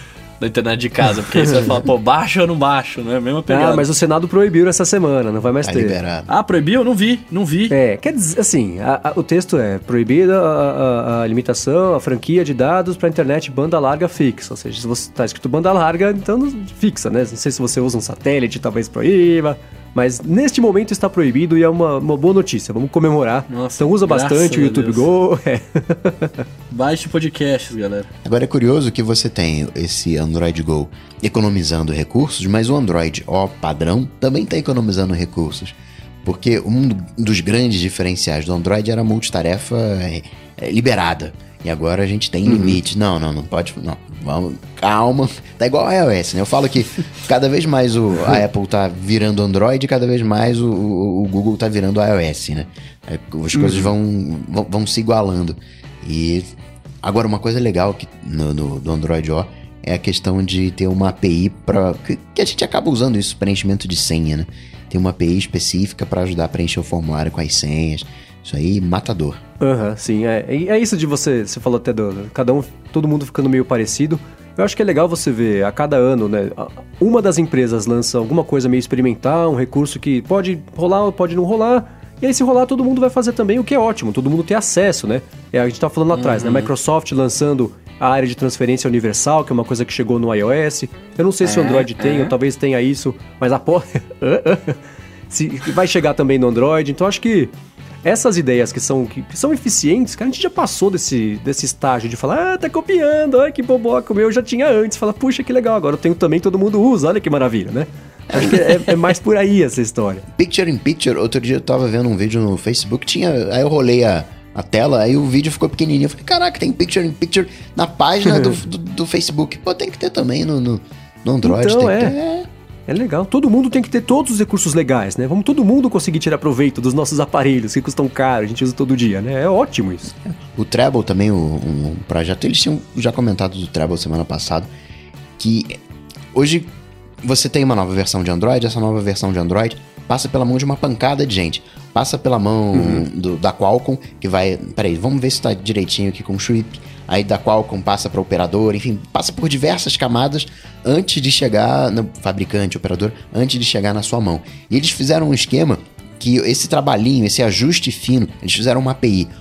da internet de casa, porque aí você vai falar, pô, baixo ou não baixo, né? Mesma pegada. Ah, mas o Senado proibiu essa semana, não vai mais Tá ter. liberado. Ah, proibiu? Não vi, não vi. É, quer dizer, assim, a- a- o texto é proibida a, a- a limitação, a franquia de dados para internet banda larga fixa. Ou seja, se você tá escrito banda larga, então não- fixa, né? Não sei se você usa um satélite, talvez proíba. Mas neste momento está proibido e é uma, uma boa notícia. Vamos comemorar. Nossa, então usa graças bastante o a YouTube Deus. Go. É. Baixe podcasts, galera. Agora é curioso que você tem esse Android Go economizando recursos, mas o Android O padrão também está economizando recursos. Porque um dos grandes diferenciais do Android era a multitarefa é, é, liberada. E agora a gente tem limite. Não, não, não pode. Não, vamos, calma. Tá igual a iOS, né? Eu falo que cada vez mais o, a Apple tá virando Android e cada vez mais o, o, o Google tá virando iOS, né? É, as coisas vão, vão, vão se igualando. E agora, uma coisa legal que no, no, do Android O é a questão de ter uma A P I para que, que a gente acaba usando isso, preenchimento de senha, né? Tem uma A P I específica para ajudar a preencher o formulário com as senhas. Isso aí, matador. Aham, sim. É, E é isso de você, você falou até do, cada um, todo mundo ficando meio parecido. Eu acho que é legal você ver a cada ano, né? Uma das empresas lança alguma coisa meio experimental, um recurso que pode rolar ou pode não rolar. E aí, se rolar, todo mundo vai fazer também, o que é ótimo. Todo mundo tem acesso, né? É, a gente tá falando lá atrás, né? Microsoft lançando a área de transferência universal, que é uma coisa que chegou no iOS. Eu não sei se o Android tem, ou talvez tenha isso, mas aposto... se vai chegar também no Android. Então, acho que essas ideias que são, que, que são eficientes, cara, a gente já passou desse, desse estágio de falar, ah, tá copiando, ai, que boboca, o meu eu já tinha antes. Fala, puxa, que legal, agora eu tenho também, todo mundo usa, olha que maravilha, né? Acho que é, é mais por aí essa história. Picture in Picture, outro dia eu tava vendo um vídeo no Facebook, tinha, aí eu rolei a, a tela, aí o vídeo ficou pequenininho. Eu falei, caraca, tem Picture in Picture na página do, do, do Facebook. Pô, tem que ter também no, no, no Android. Então, tem é. que ter. É. É legal. Todo mundo tem que ter todos os recursos legais, né? Vamos todo mundo conseguir tirar proveito dos nossos aparelhos que custam caro, a gente usa todo dia, né? É ótimo isso. O Treble também, o, um projeto, eles tinham já comentado do Treble semana passada, que hoje você tem uma nova versão de Android, essa nova versão de Android passa pela mão de uma pancada de gente. Passa pela mão uhum. do, da Qualcomm, que vai... Peraí, vamos ver se tá direitinho aqui com o chip. Aí da Qualcomm passa para operador, enfim, passa por diversas camadas antes de chegar no fabricante, operador, antes de chegar na sua mão. E eles fizeram um esquema que esse trabalhinho, esse ajuste fino, eles fizeram uma A P I.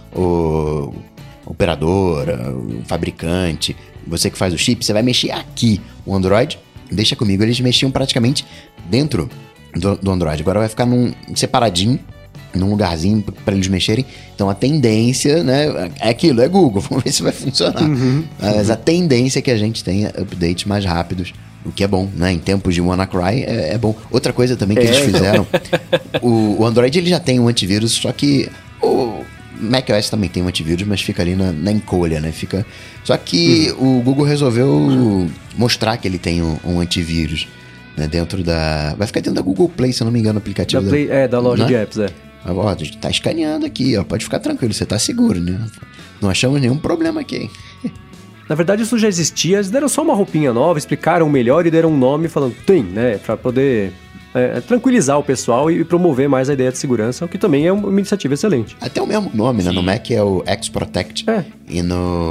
O operadora, o fabricante, você que faz o chip, você vai mexer aqui. O Android, deixa comigo, eles mexiam praticamente dentro do, do Android. Agora vai ficar num separadinho, num lugarzinho para eles mexerem. Então a tendência, né, é aquilo, é Google, vamos ver se vai funcionar. Uhum, Mas uhum. a tendência é que a gente tenha updates mais rápidos, o que é bom, né? Em tempos de WannaCry é, é bom. Outra coisa também que é. eles fizeram, o, o Android ele já tem um antivírus, só que o macOS também tem um antivírus, mas fica ali na, na encolha, né? Fica... Só que uhum. o Google resolveu mostrar que ele tem um, um antivírus, né, dentro da... Vai ficar dentro da Google Play, se eu não me engano, o aplicativo da Play, da... É, da loja, né, de apps, é. Ó, a gente tá escaneando aqui, ó. Pode ficar tranquilo, você tá seguro, né? Não achamos nenhum problema aqui. Na verdade, isso já existia. Eles deram só uma roupinha nova, explicaram melhor e deram um nome falando, tem, né? Pra poder é, tranquilizar o pessoal e promover mais a ideia de segurança, o que também é uma iniciativa excelente. Até o mesmo nome, Sim. né? No Mac é o X-Protect. É. E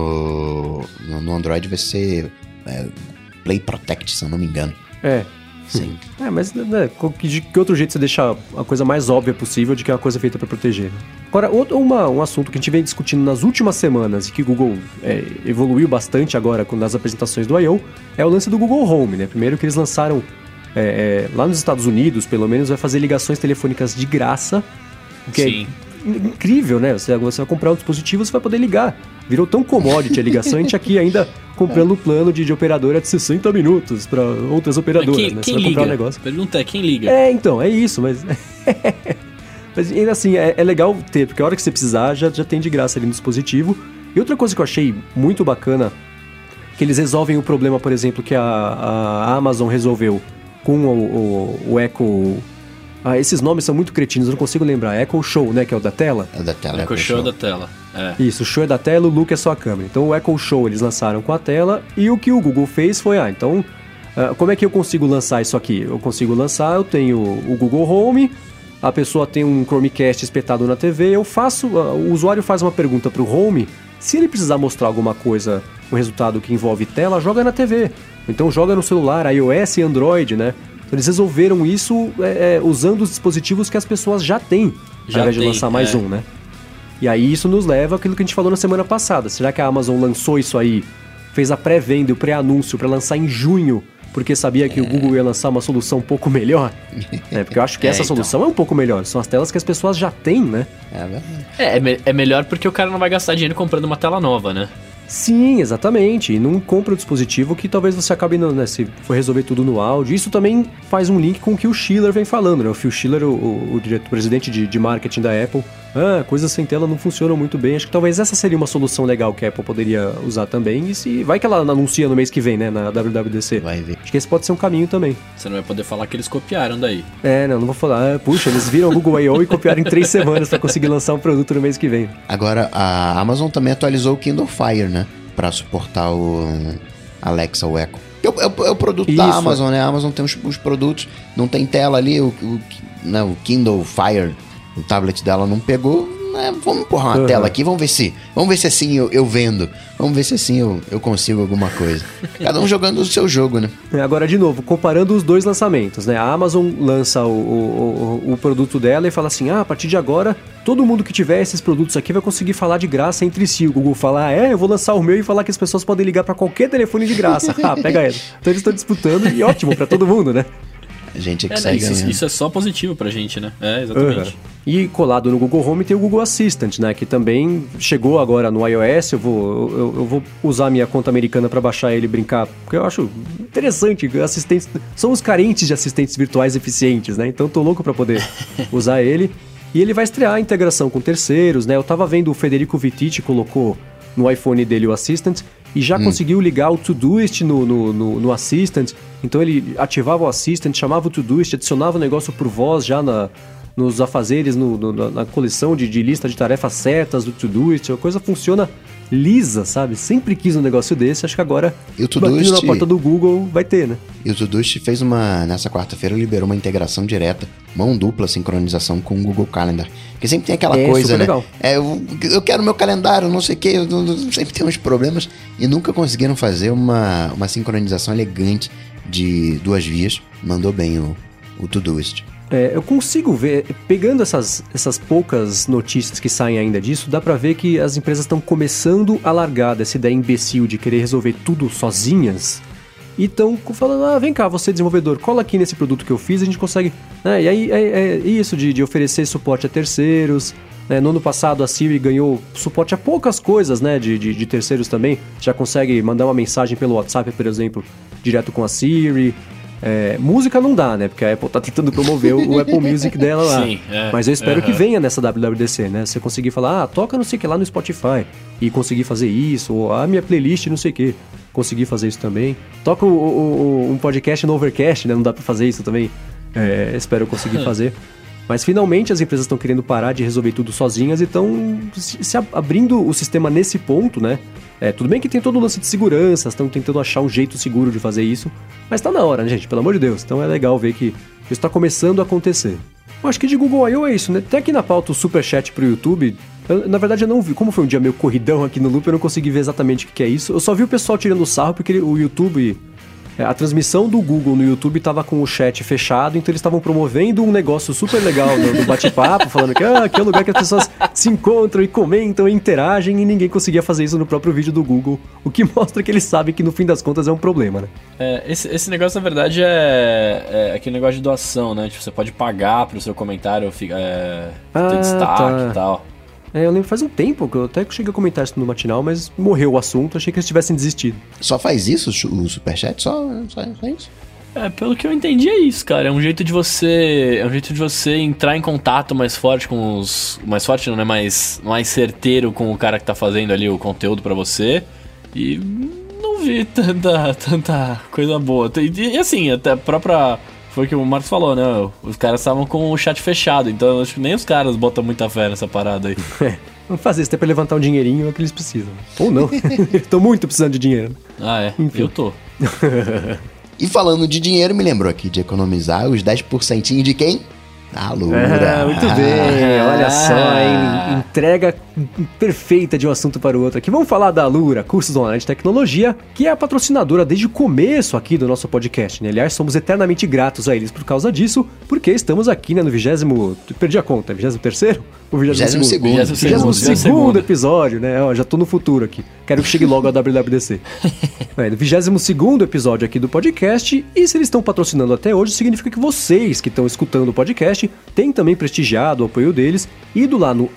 no, no, no Android vai ser é, Play Protect, se eu não me engano. É. Sim. É, mas né, de que outro jeito você deixar a coisa mais óbvia possível de que é uma coisa feita para proteger? Né? Agora, outro, uma, um assunto que a gente vem discutindo nas últimas semanas e que o Google é, evoluiu bastante agora nas apresentações do I O é o lance do Google Home, né? Primeiro que eles lançaram é, é, lá nos Estados Unidos, pelo menos, vai fazer ligações telefônicas de graça, o que Sim. é incrível, né? Você, você vai comprar um dispositivo, você vai poder ligar. Virou tão commodity a ligação, a gente aqui ainda comprando o plano de, de operadora de sessenta minutos para outras operadoras. Quem, né? quem Você vai comprar liga? um negócio. Pergunta é, quem liga? É, então, é isso, mas... mas ainda assim, é, é legal ter, porque a hora que você precisar, já, já tem de graça ali no dispositivo. E outra coisa que eu achei muito bacana, que eles resolvem o problema, por exemplo, que a, a Amazon resolveu com o, o, o Echo... Ah, esses nomes são muito cretinos, eu não consigo lembrar. Echo Show, né, que é o da tela? É da tela. Echo Show é da tela, é. Isso, o Show é da tela, o Look é só a câmera. Então o Echo Show eles lançaram com a tela e o que o Google fez foi, ah, então, uh, como é que eu consigo lançar isso aqui? Eu consigo lançar, eu tenho o Google Home, a pessoa tem um Chromecast espetado na T V, eu faço, uh, o usuário faz uma pergunta pro Home, se ele precisar mostrar alguma coisa, um resultado que envolve tela, joga na T V. Então joga no celular, iOS e Android, né? Então eles resolveram isso é, é, usando os dispositivos que as pessoas já têm, Já ao invés de tem, lançar mais é. um, né? E aí isso nos leva àquilo que a gente falou na semana passada. Será que a Amazon lançou isso aí, fez a pré-venda, o pré-anúncio para lançar em junho, porque sabia que é. o Google ia lançar uma solução um pouco melhor? É, porque eu acho que É, essa então. solução é um pouco melhor. São as telas que as pessoas já têm, né? É verdade. É, é, me- é melhor porque o cara não vai gastar dinheiro comprando uma tela nova, né? Sim, exatamente. E não compra o dispositivo que talvez você acabe, não, né, se for resolver tudo no áudio. Isso também faz um link com o que o Schiller vem falando, né? O Phil Schiller, o, o, o diretor, presidente de, de marketing da Apple. Ah, coisas sem tela não funcionam muito bem. Acho que talvez essa seria uma solução legal que a Apple poderia usar também. E se vai que ela anuncia no mês que vem, né, na W W D C. Vai ver. Acho que esse pode ser um caminho também. Você não vai poder falar que eles copiaram daí. É, não, não vou falar. Ah, puxa, eles viram o Google I O e copiaram em três semanas para conseguir lançar um produto no mês que vem. Agora, a Amazon também atualizou o Kindle Fire, né? Pra suportar o Alexa, o Echo. É o, é o- é o produto da Isso. Amazon, né? A Amazon tem os, os produtos, não tem tela ali, o, o, né, o Kindle Fire, o tablet dela não pegou, né? Vamos empurrar uma Uhum. tela aqui, vamos ver se vamos ver se assim eu, eu vendo, vamos ver se assim eu, eu consigo alguma coisa. Cada um jogando o seu jogo, né? É, agora, de novo, comparando os dois lançamentos, né? A Amazon lança o, o, o, o produto dela e fala assim, ah, a partir de agora, todo mundo que tiver esses produtos aqui vai conseguir falar de graça entre si. O Google fala, ah, é, eu vou lançar o meu e falar que as pessoas podem ligar pra qualquer telefone de graça. Ah, pega ele. Então eles estão disputando e ótimo pra todo mundo, né? A gente é que É, né, sai isso, ganhando. isso é só positivo pra gente, né? É, exatamente. Uhum. E colado no Google Home tem o Google Assistant, né? Que também chegou agora no iOS. Eu vou, eu, eu vou usar a minha conta americana para baixar ele e brincar, porque eu acho interessante. Assistentes são os carentes de assistentes virtuais eficientes, né? Então tô louco para poder usar ele. E ele vai estrear a integração com terceiros, né? Eu tava vendo o Federico Vittiti colocou no iPhone dele o Assistant e já hum. conseguiu ligar o Todoist no, no, no, no Assistant. Então ele ativava o Assistant, chamava o Todoist, adicionava o negócio por voz já na, nos afazeres, no, no, na coleção de, de lista de tarefas certas do Todoist. A coisa funciona lisa, sabe? Sempre quis um negócio desse, acho que agora, E o Todoist- batendo na porta do Google, vai ter, né? E o Todoist fez uma, nessa quarta-feira, liberou uma integração direta, mão dupla sincronização com o Google Calendar. Porque sempre tem aquela É, coisa, super né? legal. É, eu, eu quero meu calendário, não sei o quê, eu não- não- sempre tem uns problemas. E nunca conseguiram fazer uma, uma sincronização elegante de duas vias. Mandou bem o, o Todoist. É, eu consigo ver, pegando essas, essas poucas notícias que saem ainda disso, dá pra ver que as empresas estão começando a largar dessa ideia imbecil de querer resolver tudo sozinhas e estão falando, ah, vem cá, você desenvolvedor, cola aqui nesse produto que eu fiz, a gente consegue... Né? E aí é, é isso de, de oferecer suporte a terceiros, né? No ano passado a Siri ganhou suporte a poucas coisas, né, de, de, de terceiros também, já consegue mandar uma mensagem pelo WhatsApp, por exemplo, direto com a Siri... É, música não dá, né? Porque a Apple tá tentando promover o, o Apple Music dela lá. Sim, é, Mas eu espero uhum. que venha nessa W W D C, né? Você conseguir falar, ah, toca não sei o que lá no Spotify e conseguir fazer isso, ou a minha playlist não sei o que, conseguir fazer isso também. Toca o, o, o, um podcast no Overcast, né? Não dá pra fazer isso também. É, espero conseguir fazer. Mas finalmente as empresas estão querendo parar de resolver tudo sozinhas e estão se, se abrindo o sistema nesse ponto, né? É, tudo bem que tem todo o lance de segurança, estão tentando achar um jeito seguro de fazer isso, mas tá na hora, né, gente? Pelo amor de Deus. Então é legal ver que isso está começando a acontecer. Eu acho que de Google I O é isso, né? Tem aqui na pauta o Superchat pro YouTube. Eu, na verdade, eu não vi. Como foi um dia meio corridão aqui no Loop, eu não consegui ver exatamente o que é isso. Eu só vi o pessoal tirando sarro porque ele, o YouTube... A transmissão do Google no YouTube estava com o chat fechado, então eles estavam promovendo um negócio super legal do, do bate-papo, falando que ah, aqui é o lugar que as pessoas se encontram e comentam e interagem, e ninguém conseguia fazer isso no próprio vídeo do Google, o que mostra que eles sabem que no fim das contas é um problema, né? É, esse, esse negócio, na verdade, é, é aquele negócio de doação, né? Tipo, você pode pagar pro seu comentário fica, é, Ah, ter destaque tá. e tal. É, eu lembro faz um tempo que eu até cheguei a comentar isso no matinal, mas morreu o assunto, achei que eles tivessem desistido. Só faz isso o Superchat? Só, só, só isso? É, pelo que eu entendi é isso, cara. É um jeito de você. É um jeito de você entrar em contato mais forte com os. Mais forte não, né? Mais, mais certeiro com o cara que tá fazendo ali o conteúdo pra você. E não vi tanta, tanta coisa boa. E, e assim, até a própria. Foi o que o Marcos falou, né? Os caras estavam com o chat fechado, então acho que nem os caras botam muita fé nessa parada aí. É, vamos fazer isso, até pra levantar um dinheirinho, é o que eles precisam. Ou não, eles estão muito precisando de dinheiro. Ah, é? Enfim. Eu tô. E falando de dinheiro, me lembrou aqui de economizar os dez por cento de quem? Alura. Ah, muito bem, olha só, hein? Entrega perfeita de um assunto para o outro aqui. Vamos falar da Alura, cursos online de tecnologia, que é a patrocinadora desde o começo aqui do nosso podcast, né? Aliás, somos eternamente gratos a eles por causa disso, porque estamos aqui, né, no vigésimo... Perdi a conta, vigésimo terceiro? Ou vigésimo segundo? vigésimo segundo episódio, né? Ó, já tô no futuro aqui. Quero que chegue logo a W W D C. É, no vigésimo segundo episódio aqui do podcast, e se eles estão patrocinando até hoje, significa que vocês que estão escutando o podcast têm também prestigiado o apoio deles, ido lá no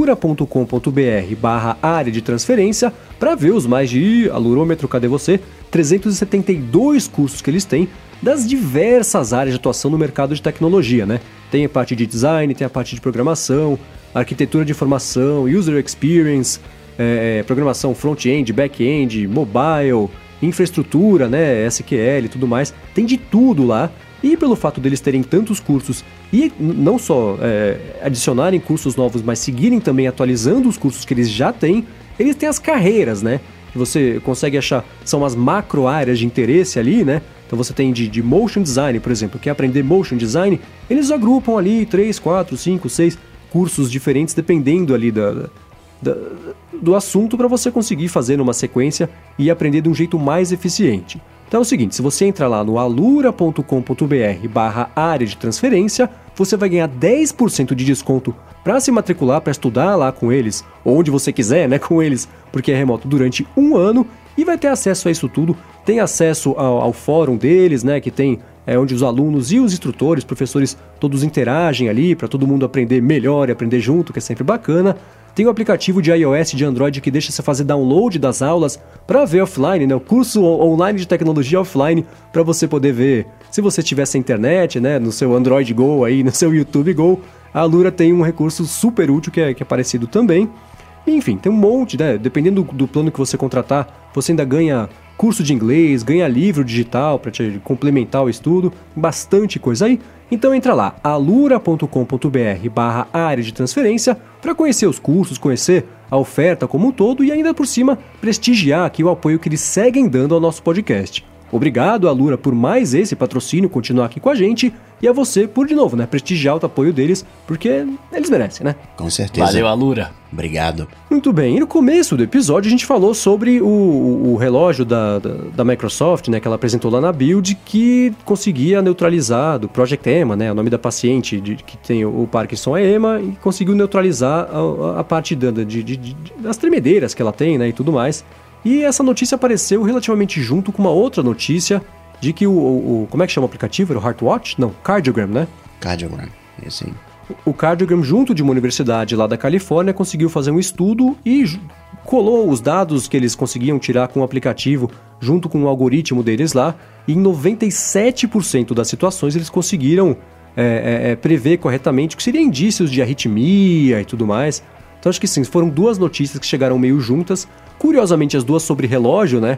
alura.com.br barra área de transferência para ver os mais de Alurômetro, cadê você? trezentos e setenta e dois cursos que eles têm das diversas áreas de atuação no mercado de tecnologia, né? Tem a parte de design, tem a parte de programação, arquitetura de informação, user experience, é, programação front-end, back-end, mobile, infraestrutura, né, S Q L e tudo mais. Tem de tudo lá. E pelo fato deles terem tantos cursos e não só é, adicionarem cursos novos, mas seguirem também atualizando os cursos que eles já têm, eles têm as carreiras, né? Que você consegue achar, são as macro áreas de interesse ali, né? Então você tem de, de motion design, por exemplo, quer aprender motion design, eles agrupam ali três, quatro, cinco, seis cursos diferentes, dependendo ali da, da, do assunto, para você conseguir fazer numa sequência e aprender de um jeito mais eficiente. Então é o seguinte, se você entrar lá no alura.com.br barra área de transferência, você vai ganhar dez por cento de desconto para se matricular, para estudar lá com eles, onde você quiser, né, com eles, porque é remoto durante um ano, e vai ter acesso a isso tudo. Tem acesso ao, ao fórum deles, né, que tem é, onde os alunos e os instrutores, professores, todos interagem ali, para todo mundo aprender melhor e aprender junto, que é sempre bacana. Tem o aplicativo de iOS e de Android que deixa você fazer download das aulas para ver offline, né? O curso online de tecnologia offline para você poder ver. Se você tiver essa internet, né? No seu Android Go aí, no seu YouTube Go, a Alura tem um recurso super útil que é, que é parecido também. Enfim, tem um monte, né? Dependendo do, do plano que você contratar, você ainda ganha curso de inglês, ganha livro digital para te complementar o estudo, bastante coisa aí. Então entra lá, alura.com.br barra área de transferência para conhecer os cursos, conhecer a oferta como um todo e ainda por cima prestigiar aqui o apoio que eles seguem dando ao nosso podcast. Obrigado, Alura, por mais esse patrocínio, continuar aqui com a gente, e a você por, de novo, né, prestigiar o apoio deles, porque eles merecem, né? Com certeza. Valeu, Alura. Obrigado. Muito bem, e no começo do episódio a gente falou sobre o, o relógio da, da, da Microsoft, né, que ela apresentou lá na Build, que conseguia neutralizar, do Project Emma, né, o nome da paciente de, que tem o Parkinson é Emma, e conseguiu neutralizar a, a parte da, de, de, de, das tremedeiras que ela tem, né, e tudo mais. E essa notícia apareceu relativamente junto com uma outra notícia de que o, o, o como é que chama o aplicativo? Era o Heartwatch? Não, Cardiogram, né? Cardiogram, esse aí. O Cardiogram, junto de uma universidade lá da Califórnia, conseguiu fazer um estudo e colou os dados que eles conseguiam tirar com o aplicativo junto com o algoritmo deles lá, e em noventa e sete por cento das situações eles conseguiram é, é, prever corretamente o que seriam indícios de arritmia e tudo mais. Então acho que sim, foram duas notícias que chegaram meio juntas, curiosamente as duas sobre relógio, né?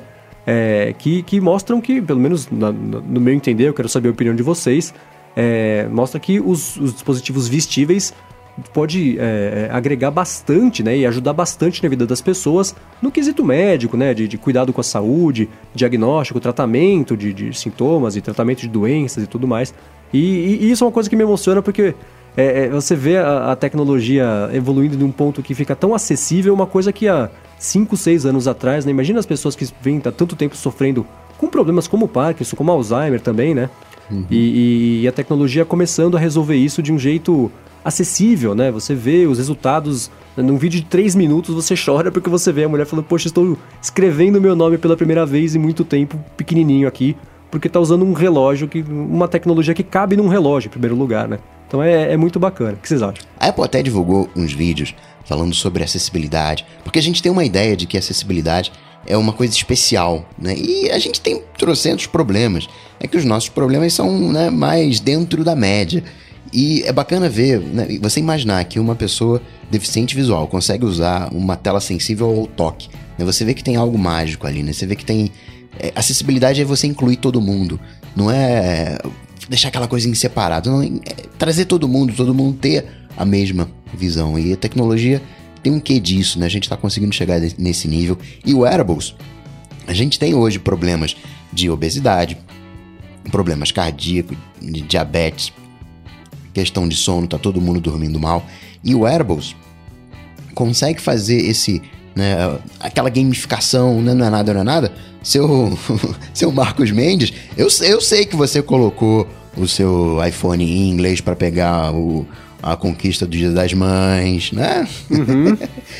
É, que, que mostram que, pelo menos na, no meu entender, eu quero saber a opinião de vocês, é, mostra que os, os dispositivos vestíveis pode é, agregar bastante, né, e ajudar bastante na vida das pessoas no quesito médico, né, de, de cuidado com a saúde, diagnóstico, tratamento de, de sintomas e tratamento de doenças e tudo mais. E, e, e isso é uma coisa que me emociona porque é, é, você vê a, a tecnologia evoluindo de um ponto que fica tão acessível, uma coisa que há cinco, seis anos atrás, né, imagina as pessoas que vêm há tanto tempo sofrendo com problemas como Parkinson, como Alzheimer também, né, uhum. e, e a tecnologia começando a resolver isso de um jeito acessível, né? Você vê os resultados num vídeo de três minutos, você chora porque você vê a mulher falando, poxa, estou escrevendo meu nome pela primeira vez em muito tempo, pequenininho aqui, porque está usando um relógio, que, uma tecnologia que cabe num relógio, em primeiro lugar, né? Então é, é muito bacana. O que vocês acham? A Apple até divulgou uns vídeos falando sobre acessibilidade, porque a gente tem uma ideia de que acessibilidade é uma coisa especial, né? E a gente tem trocentos problemas. É que os nossos problemas são, né, mais dentro da média. E é bacana ver, né, você imaginar que uma pessoa deficiente visual consegue usar uma tela sensível ao toque, né? Você vê que tem algo mágico ali, né? Você vê que tem... É, acessibilidade é você incluir todo mundo, não é deixar aquela coisa separada, não, é trazer todo mundo, todo mundo ter a mesma visão. E a tecnologia tem um quê disso, né? A gente está conseguindo chegar nesse nível. E o wearables, a gente tem hoje problemas de obesidade, problemas cardíacos, de diabetes, questão de sono, tá todo mundo dormindo mal. E o Wearables consegue fazer esse, né, aquela gamificação, né, não é nada, não é nada. Seu, seu Marcos Mendes, eu, eu sei que você colocou o seu iPhone em inglês para pegar o, a conquista do Dia das Mães, né? Uhum.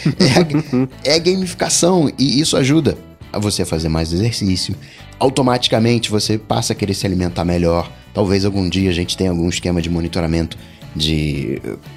é, é gamificação e isso ajuda a você fazer mais exercício. Automaticamente você passa a querer se alimentar melhor. Talvez algum dia a gente tenha algum esquema de monitoramento de,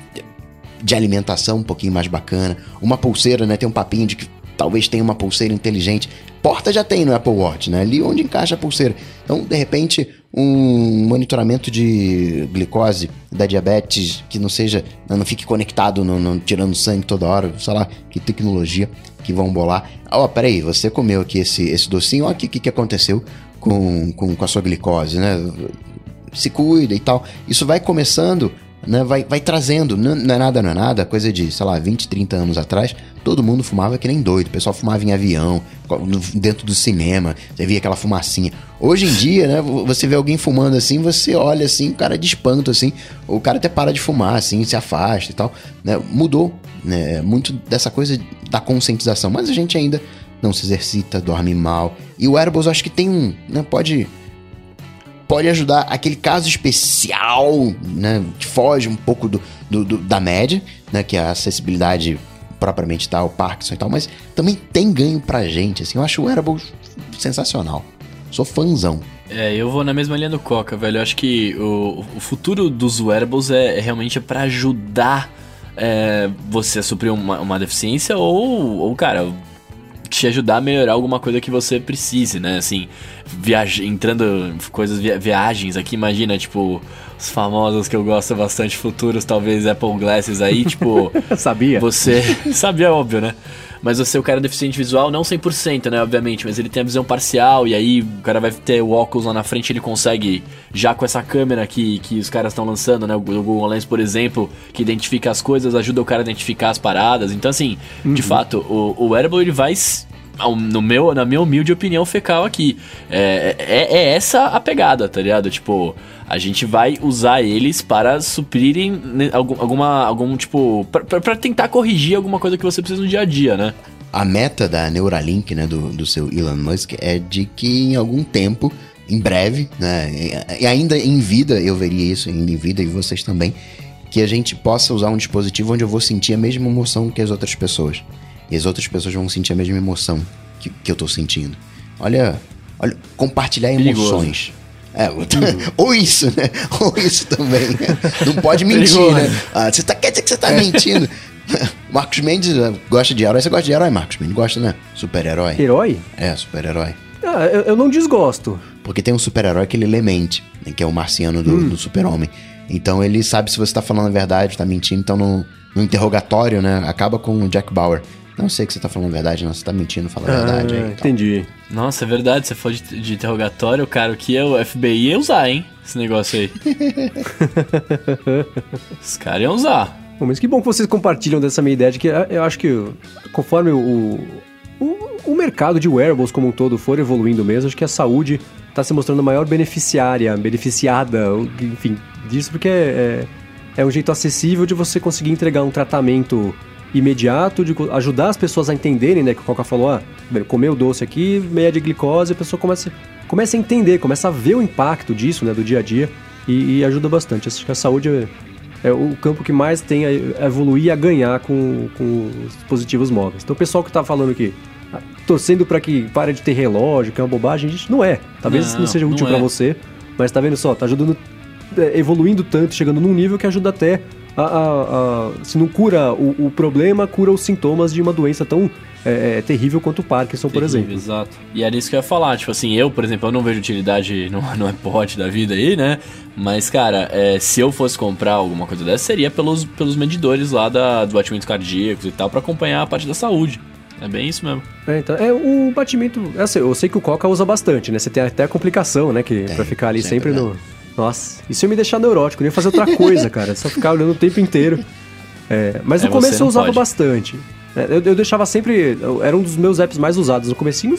de alimentação um pouquinho mais bacana. Uma pulseira, né? Tem um papinho de que talvez tenha uma pulseira inteligente. Porta já tem no Apple Watch, né? Ali onde encaixa a pulseira. Então, de repente, um monitoramento de glicose, da diabetes, que não seja, não fique conectado, não, não, tirando sangue toda hora, sei lá, que tecnologia que vão bolar. Ó, oh, peraí, você comeu aqui esse, esse docinho, ó aqui o que, que aconteceu com, com, com a sua glicose, né? Se cuida e tal. Isso vai começando, né? Vai, vai trazendo, não, não é nada, não é nada, coisa de, sei lá, vinte, trinta anos atrás, todo mundo fumava que nem doido, o pessoal fumava em avião, dentro do cinema, você via aquela fumacinha. Hoje em dia, né, você vê alguém fumando assim, você olha assim, o cara de espanto assim, o cara até para de fumar assim, se afasta e tal, né? Mudou, né, muito dessa coisa da conscientização, mas a gente ainda não se exercita, dorme mal, e o Wearables eu acho que tem um, né, pode... pode ajudar aquele caso especial, né, que foge um pouco do, do, do, da média, né, que é a acessibilidade propriamente tal, Parkinson e tal, mas também tem ganho pra gente, assim, eu acho o Wearables sensacional, sou fãzão. É, eu vou na mesma linha do Coca, velho, eu acho que o, o futuro dos Wearables é, é realmente pra ajudar é, você a suprir uma, uma deficiência ou, ou, cara... te ajudar a melhorar alguma coisa que você precise, né? Assim, viaja, entrando em coisas, via, viagens aqui, imagina, tipo, os famosos que eu gosto bastante, futuros, talvez Apple Glasses aí, tipo... Sabia? Você... Sabia, óbvio, né? Mas você, o cara é deficiente visual, não cem por cento, né, obviamente, mas ele tem a visão parcial, e aí o cara vai ter o óculos lá na frente, ele consegue, já com essa câmera que, que os caras estão lançando, né, o Google Lens, por exemplo, que identifica as coisas, ajuda o cara a identificar as paradas. Então, assim, uhum. de fato, o, o Wearable, ele vai... No meu, na minha humilde opinião fecal aqui, é, é, é essa a pegada, tá ligado? Tipo, a gente vai usar eles para suprirem né, algum, alguma, algum tipo, pra, pra, pra tentar corrigir alguma coisa que você precisa no dia a dia, né? A meta da Neuralink, né, do, do seu Elon Musk, é de que em algum tempo, em breve, né, e ainda em vida, eu veria isso, ainda em vida, e vocês também, que a gente possa usar um dispositivo onde eu vou sentir a mesma emoção que as outras pessoas. E as outras pessoas vão sentir a mesma emoção que, que eu tô sentindo. Olha, olha, compartilhar emoções. É, ou isso, né? Ou isso também. Não pode mentir, perigoso. Né? Ah, você tá, quer dizer que você tá mentindo. Marcos Mendes gosta de herói. Você gosta de herói, Marcos Mendes? Gosta, né? Super-herói. Herói? É, super-herói. Ah, eu, eu não desgosto. Porque tem um super-herói que ele lê mente, né? Que é o marciano do, hum. do super-homem. Então ele sabe se você tá falando a verdade, tá mentindo. Então no, no interrogatório, né? Acaba com o Jack Bauer. Não sei que você tá falando a verdade, não. Você tá mentindo, fala a ah, verdade aí. Entendi. Então. Nossa, é verdade. Você falou de, de interrogatório, cara. O que é o F B I ia usar, hein? Esse negócio aí. Os caras iam usar. Bom, mas que bom que vocês compartilham dessa minha ideia de que eu acho que conforme o, o, o mercado de wearables como um todo for evoluindo mesmo, acho que a saúde tá se mostrando a maior beneficiária, beneficiada, enfim, disso, porque é, é, é um jeito acessível de você conseguir entregar um tratamento imediato, de ajudar as pessoas a entenderem, né, que o Coca falou, ah, comeu o doce aqui, meia de glicose, a pessoa começa, começa a entender, começa a ver o impacto disso, né, do dia a dia, e, e ajuda bastante. Acho que a saúde é, é o campo que mais tem a evoluir e a ganhar com, com os dispositivos móveis. Então o pessoal que tá falando aqui, torcendo para que pare de ter relógio, que é uma bobagem, gente, não é. Talvez não, não seja útil para é. você, mas tá vendo só, tá ajudando, evoluindo tanto, chegando num nível que ajuda até A, a, a, se não cura o, o problema, cura os sintomas de uma doença tão é, é, terrível quanto o Parkinson, terrível, por exemplo. Exato. E era isso que eu ia falar, tipo assim, eu, por exemplo, eu não vejo utilidade no, no iPod da vida aí, né? Mas, cara, é, se eu fosse comprar alguma coisa dessa, seria pelos, pelos medidores lá da, dos batimentos cardíacos e tal, pra acompanhar a parte da saúde. É bem isso mesmo. É, então, é o batimento, assim, eu sei que o Coca usa bastante, né? Você tem até a complicação, né? Que, é, pra ficar ali sempre, sempre no... Nossa, isso ia me deixar neurótico, eu ia fazer outra coisa, cara, só ficar olhando o tempo inteiro. É, mas no é, começo eu usava pode. bastante. É, eu, eu deixava sempre, eu, era um dos meus apps mais usados. No comecinho,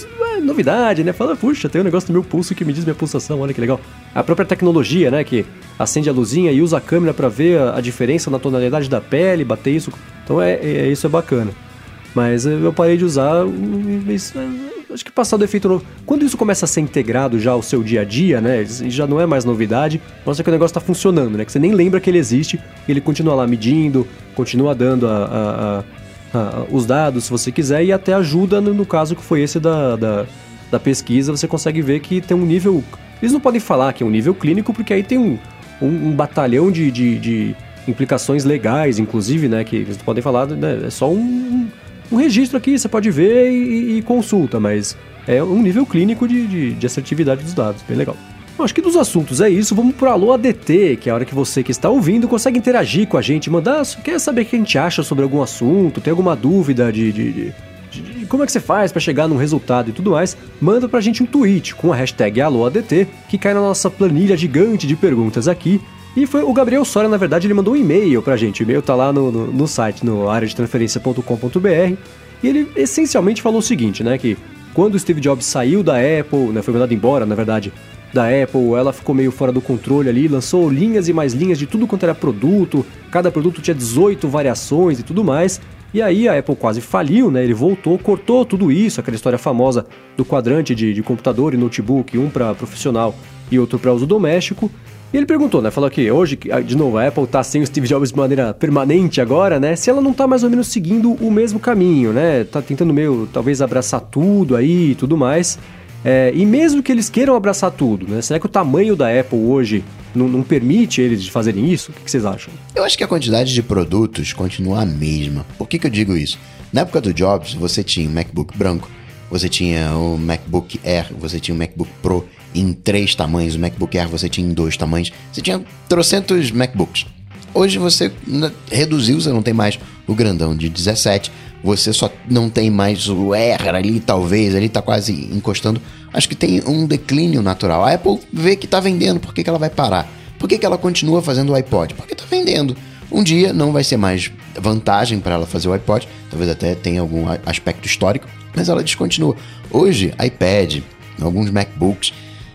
novidade, né? Fala, puxa, tem um negócio no meu pulso que me diz minha pulsação, olha que legal. A própria tecnologia, né? Que acende a luzinha e usa a câmera pra ver a, a diferença na tonalidade da pele, bater isso. Então é, é isso é bacana. Mas eu parei de usar, isso, acho que passar do efeito novo. Quando isso começa a ser integrado já ao seu dia a dia, né? Já não é mais novidade, mostra que o negócio tá funcionando, né? Que você nem lembra que ele existe, ele continua lá medindo, continua dando a, a, a, a, os dados se você quiser e até ajuda no, no caso que foi esse da, da, da pesquisa, você consegue ver que tem um nível... Eles não podem falar que é um nível clínico, porque aí tem um, um, um batalhão de, de, de implicações legais, inclusive, né? Que eles podem falar, né? É só um... Um registro aqui, você pode ver e, e consulta, mas é um nível clínico de, de, de assertividade dos dados, bem legal. Bom, acho que dos assuntos é isso, vamos pro Alô A D T, que é a hora que você que está ouvindo consegue interagir com a gente, mandar, quer saber o que a gente acha sobre algum assunto, tem alguma dúvida de, de, de, de, de como é que você faz para chegar num resultado e tudo mais, manda pra gente um tweet com a hashtag Alô A D T, que cai na nossa planilha gigante de perguntas aqui. E foi o Gabriel Soria, na verdade, ele mandou um e-mail pra gente. O e-mail tá lá no, no, no site, no área de transferência ponto com ponto b r. E ele essencialmente falou o seguinte, né? Que quando o Steve Jobs saiu da Apple, né? Foi mandado embora, na verdade, da Apple, ela ficou meio fora do controle ali, lançou linhas e mais linhas de tudo quanto era produto. Cada produto tinha dezoito variações e tudo mais. E aí a Apple quase faliu, né? Ele voltou, cortou tudo isso, aquela história famosa do quadrante de, de computador e notebook, um para profissional e outro para uso doméstico. E ele perguntou, né, falou que hoje, de novo, a Apple tá sem o Steve Jobs de maneira permanente agora, né, se ela não tá mais ou menos seguindo o mesmo caminho, né, tá tentando meio, talvez, abraçar tudo aí e tudo mais, é, e mesmo que eles queiram abraçar tudo, né, será que o tamanho da Apple hoje não, não permite eles de fazerem isso? O que, que vocês acham? Eu acho que a quantidade de produtos continua a mesma. Por que que eu digo isso? Na época do Jobs, você tinha o MacBook branco, você tinha o MacBook Air, você tinha o MacBook Pro em três tamanhos, o MacBook Air você tinha em dois tamanhos, você tinha trocentos MacBooks. Hoje você reduziu, você não tem mais o grandão de dezessete, você só não tem mais o Air ali, talvez, ali tá quase encostando. Acho que tem um declínio natural. A Apple vê que tá vendendo, por que que ela vai parar? Por que que ela continua fazendo o iPod? Porque tá vendendo. Um dia não vai ser mais vantagem para ela fazer o iPod, talvez até tenha algum aspecto histórico, mas ela descontinua. Hoje, iPad, alguns MacBooks,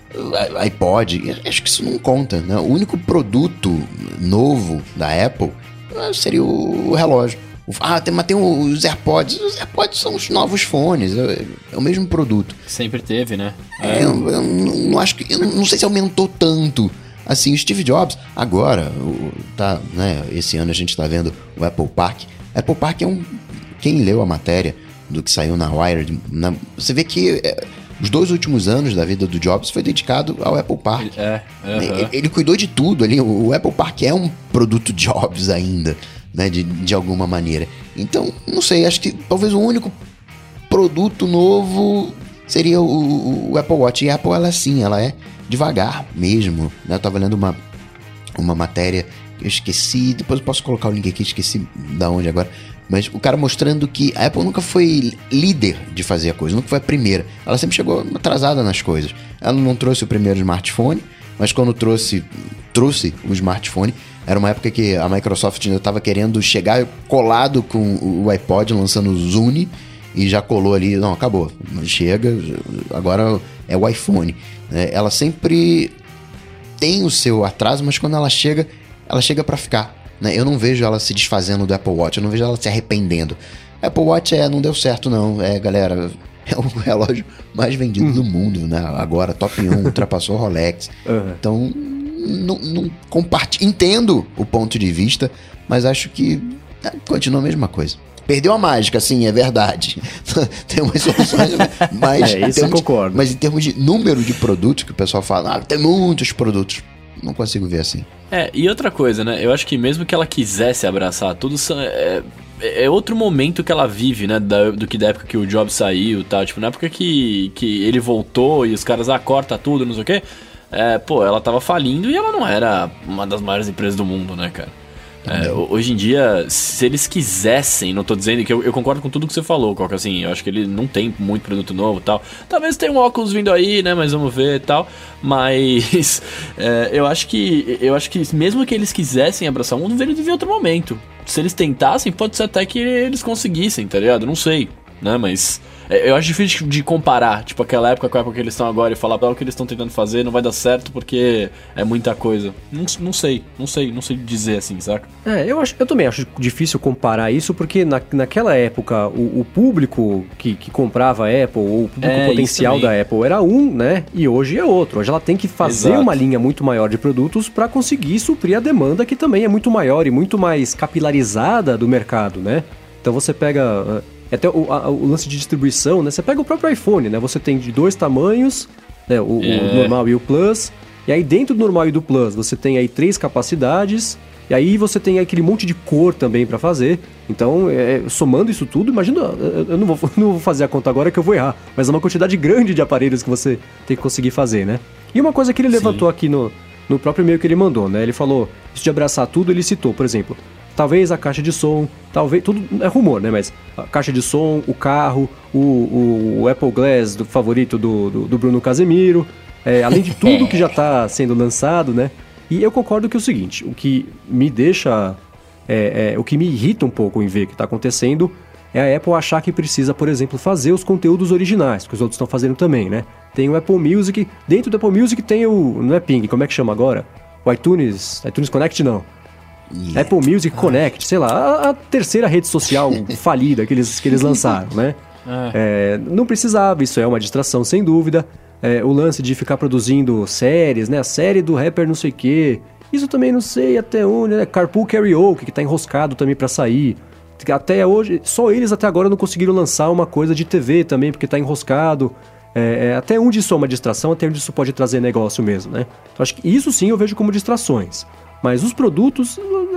iPod, acho que isso não conta, né? O único produto novo da Apple seria o relógio. Ah, tem, mas tem os AirPods. Os AirPods são os novos fones, é, é o mesmo produto. Sempre teve, né? É, eu, eu não acho que, eu não sei se aumentou tanto. Assim, o Steve Jobs, agora, o, tá, né? Esse ano a gente tá vendo o Apple Park. Apple Park é um, quem leu a matéria do que saiu na Wired, na, você vê que é, os dois últimos anos da vida do Jobs foi dedicado ao Apple Park. É, uh-huh. ele, ele cuidou de tudo ali. O, o Apple Park é um produto Jobs ainda, né? De, de alguma maneira. Então, não sei, acho que talvez o único produto novo seria o, o Apple Watch. E a Apple, ela sim, ela é devagar mesmo, né? Eu tava lendo uma, uma matéria que eu esqueci, depois eu posso colocar o link aqui, esqueci da onde agora. Mas o cara mostrando que a Apple nunca foi líder de fazer a coisa, nunca foi a primeira. Ela sempre chegou atrasada nas coisas. Ela não trouxe o primeiro smartphone, mas quando trouxe, trouxe o smartphone, era uma época que a Microsoft ainda estava querendo chegar colado com o iPod, lançando o Zune, e já colou ali, não, acabou, chega, agora é o iPhone. Ela sempre tem o seu atraso, mas quando ela chega, ela chega para ficar. Eu não vejo ela se desfazendo do Apple Watch, eu não vejo ela se arrependendo. Apple Watch é, não deu certo não, é, galera, é o relógio mais vendido uhum. do mundo, né? Agora, top um, ultrapassou o Rolex. Uhum. Então, não, não compartilho, entendo o ponto de vista, mas acho que é, continua a mesma coisa. Perdeu a mágica, sim, é verdade. Tem umas soluções, mas, é, isso eu concordo. Mas em termos de número de produtos, que o pessoal fala, ah, tem muitos produtos. Não consigo ver assim. É, e outra coisa, né? Eu acho que mesmo que ela quisesse abraçar tudo, é, é outro momento que ela vive, né? Da, do que da época que o Jobs saiu e tal. Tipo, na época que, que ele voltou e os caras, ah, corta tudo, não sei o quê. É, pô, ela tava falindo e ela não era uma das maiores empresas do mundo, né, cara? É, hoje em dia, se eles quisessem, não tô dizendo que eu, eu concordo com tudo que você falou, Coca, assim, eu acho que ele não tem muito produto novo e tal. Talvez tenha um óculos vindo aí, né, mas vamos ver e tal. Mas é, eu acho que eu acho que mesmo que eles quisessem abraçar o mundo, ele devia outro momento. Se eles tentassem, pode ser até que eles conseguissem, tá ligado? Não sei. né? Mas é, eu acho difícil de comparar, tipo, aquela época com a época que eles estão agora e falar, ah, o que eles estão tentando fazer não vai dar certo porque é muita coisa. Não, não sei, não sei, não sei dizer assim, saca? É, eu, acho, eu também acho difícil comparar isso, porque na, naquela época o, o público que, que comprava a Apple, ou o público É, potencial isso da Apple era um, né? E hoje é outro. Hoje ela tem que fazer Exato. uma linha muito maior de produtos para conseguir suprir a demanda, que também é muito maior e muito mais capilarizada do mercado, né? Então você pega... Até o, a, o lance de distribuição, né? Você pega o próprio iPhone, né? Você tem de dois tamanhos, né? O, É. o normal e o Plus. E aí dentro do normal e do Plus você tem aí três capacidades. E aí você tem aquele monte de cor também para fazer. Então, é, somando isso tudo, imagina... Eu não vou, não vou fazer a conta agora que eu vou errar. Mas é uma quantidade grande de aparelhos que você tem que conseguir fazer, né? E uma coisa que ele Sim. levantou aqui no, no próprio e-mail que ele mandou, né? Ele falou, isso de abraçar tudo, ele citou, por exemplo... Talvez a caixa de som, talvez... Tudo é rumor, né? Mas a caixa de som, o carro, o, o, o Apple Glass do favorito do, do, do Bruno Casemiro. É, além de tudo que já está sendo lançado, né? E eu concordo que é o seguinte, o que me deixa... É, é, o que me irrita um pouco em ver o que está acontecendo é a Apple achar que precisa, por exemplo, fazer os conteúdos originais, que os outros estão fazendo também, né? Tem o Apple Music, dentro do Apple Music tem o... Não é Ping, como é que chama agora? O iTunes... iTunes Connect, não. Yeah. Apple Music Connect, sei lá, a, a terceira rede social falida que eles, que eles lançaram, né? É. É, não precisava, isso é uma distração, sem dúvida. É, o lance de ficar produzindo séries, né? A série do rapper não sei o quê. Isso também não sei até onde, né? Carpool Karaoke, que tá enroscado também pra sair. Até hoje, só eles até agora não conseguiram lançar uma coisa de T V também, porque tá enroscado. É, é, até onde isso é uma distração, até onde isso pode trazer negócio mesmo, né? Então acho que isso sim eu vejo como distrações. Mas os produtos,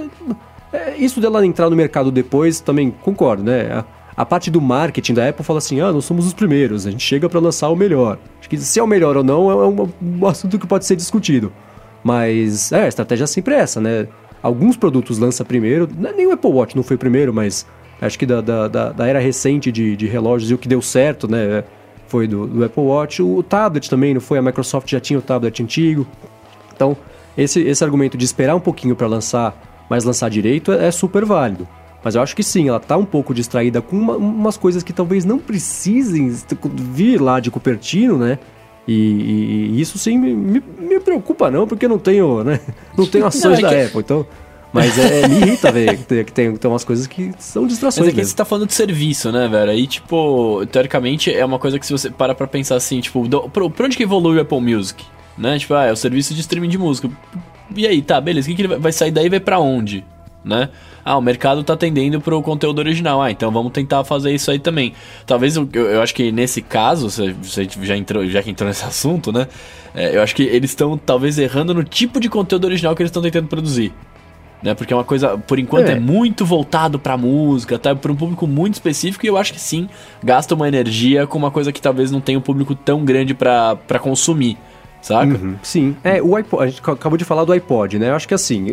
isso dela entrar no mercado depois, também concordo, né? A, a parte do marketing da Apple fala assim, ah, nós somos os primeiros, a gente chega para lançar o melhor. Acho que se é o melhor ou não é um, um assunto que pode ser discutido. Mas, é, a estratégia sempre é essa, né? Alguns produtos lança primeiro, nem o Apple Watch não foi o primeiro, mas acho que da, da, da, da era recente de, de relógios e o que deu certo, né? Foi do, do Apple Watch. O tablet também, não foi? A Microsoft já tinha o tablet antigo. Então... Esse, esse argumento de esperar um pouquinho para lançar, mas lançar direito, é, é super válido. Mas eu acho que sim, ela tá um pouco distraída com uma, umas coisas que talvez não precisem vir lá de Cupertino, né? E, e, e isso sim me, me, me preocupa não, porque eu não tenho, né? Não tenho ações não, é da que... Apple, então... Mas é, me irrita ver que tem, que tem, tem umas coisas que são distrações. Mas é que mesmo. você tá falando de serviço, né, velho? Aí, tipo, teoricamente é uma coisa que se você para pra pensar assim, tipo, do, pra, pra onde que evolui o Apple Music? Né? Tipo, ah, é o serviço de streaming de música. E aí, tá, beleza, o que, que ele vai sair daí e vai pra onde? Né? Ah, o mercado tá tendendo pro conteúdo original. Ah, então vamos tentar fazer isso aí também. Talvez, eu, eu acho que nesse caso, você, você já, entrou, já que entrou nesse assunto, né? É, eu acho que eles estão talvez errando no tipo de conteúdo original que eles estão tentando produzir. Né? Porque é uma coisa, por enquanto, é, é muito voltado pra música, tá? Pra um público muito específico, e eu acho que sim, gasta uma energia com uma coisa que talvez não tenha um público tão grande pra, pra consumir. Saca? Uhum, sim. É, o iPod, a gente acabou de falar do iPod, né? Eu acho que assim,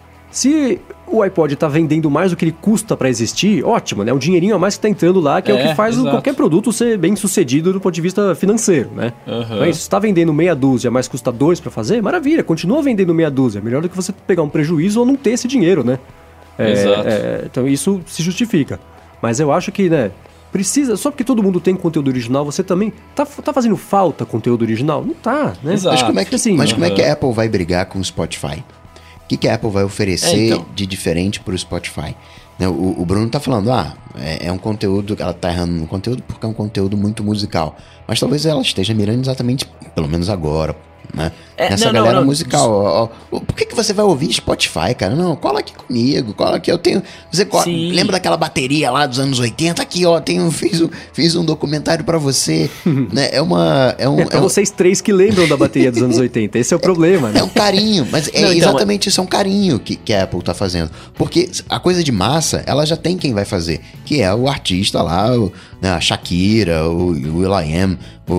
se o iPod tá vendendo mais do que ele custa pra existir, ótimo, né? Um dinheirinho a mais que tá entrando lá, que é, é o que faz o, qualquer produto ser bem sucedido do ponto de vista financeiro, né? Uhum. Mas se tá vendendo meia dúzia, mas custa dois pra fazer, maravilha, continua vendendo meia dúzia. Melhor do que você pegar um prejuízo ou não ter esse dinheiro, né? É, Exato. É, então isso se justifica. Mas eu acho que, né? Precisa, só porque todo mundo tem conteúdo original, você também tá, tá fazendo falta conteúdo original? Não tá, né? Exato. Mas como é que, assim, mas uhum. como é que a Apple vai brigar com o Spotify? O que, que a Apple vai oferecer é, então. de diferente pro Spotify? O, o Bruno tá falando, ah, é, é um conteúdo, ela tá errando no conteúdo porque é um conteúdo muito musical. Mas talvez ela esteja mirando exatamente, pelo menos agora, né? É, Nessa não, galera não, não. musical. Ó, ó, por que, que você vai ouvir Spotify, cara? Não, cola aqui comigo, cola aqui. Eu tenho. Você cola, lembra daquela bateria lá dos anos oitenta? Aqui, ó, tenho, fiz, um, fiz um documentário pra você. Né? É uma. É, um, é pra é um... vocês três que lembram da bateria dos anos oitenta. Esse é o problema, é, né? É um carinho, mas é não, então, exatamente isso, é um carinho que, que a Apple tá fazendo. Porque a coisa de massa, ela já tem quem vai fazer, que é o artista lá, o, né, a Shakira, o, o will.i.am, o,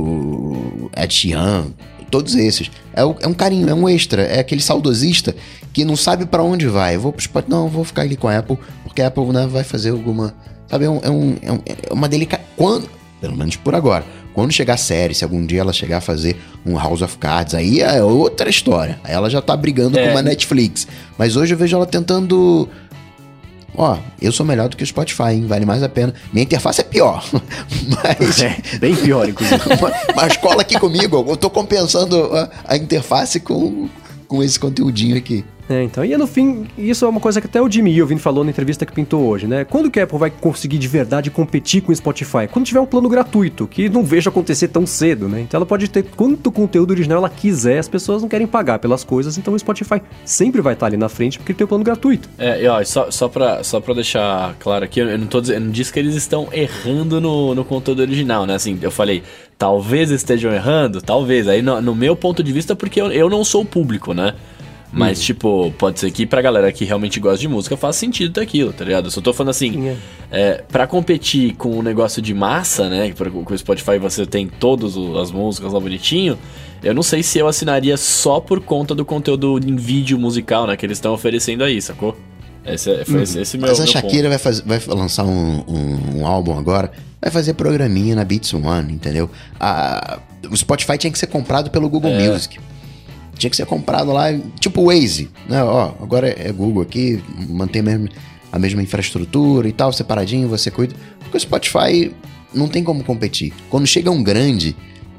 o Ed Sheeran. Todos esses. É, o, é um carinho, é um extra. É aquele saudosista que não sabe pra onde vai. Eu vou pro Spotify, não, eu vou ficar ali com a Apple, porque a Apple, né, vai fazer alguma... Sabe, é, um, é, um, é uma delicada... Quando, pelo menos por agora, quando chegar a série, se algum dia ela chegar a fazer um House of Cards, aí é outra história. Aí ela já tá brigando é. com uma Netflix. Mas hoje eu vejo ela tentando... ó, eu sou melhor do que o Spotify, hein? Vale mais a pena. Minha interface é pior. Mas... É, bem pior, inclusive. mas, mas cola aqui comigo, eu tô compensando a, a interface com, com esse conteúdinho aqui. É, então, e no fim, isso é uma coisa que até o Jimmy Iovine falou na entrevista que pintou hoje, né? Quando que a Apple vai conseguir de verdade competir com o Spotify? Quando tiver um plano gratuito, que não vejo acontecer tão cedo, né? Então ela pode ter quanto conteúdo original ela quiser, as pessoas não querem pagar pelas coisas, então o Spotify sempre vai estar ali na frente porque tem o plano gratuito. É, e ó, só, só, pra, só pra deixar claro aqui, eu não, tô dizendo, eu não disse que eles estão errando no, no conteúdo original, né? Assim, eu falei, talvez estejam errando, talvez. Aí no, no meu ponto de vista, porque eu, eu não sou o público, né? Mas, hum. tipo, pode ser que pra galera que realmente gosta de música faça sentido daquilo, tá ligado? Eu só tô falando assim, é. É, pra competir com um negócio de massa, né? Com o Spotify você tem todas as músicas lá bonitinho. Eu não sei se eu assinaria só por conta do conteúdo em vídeo musical, né? Que eles estão oferecendo aí, sacou? Esse é foi hum. esse, esse meu Mas a meu Shakira vai, fazer, vai lançar um, um, um álbum agora, vai fazer programinha na Beats One, entendeu? A, o Spotify tinha que ser comprado pelo Google é. Music. Tinha que ser comprado lá, tipo o Waze, né? Ó, agora é Google aqui, mantém a mesma, a mesma infraestrutura e tal, separadinho, você cuida. Porque o Spotify não tem como competir. Quando chega um grande,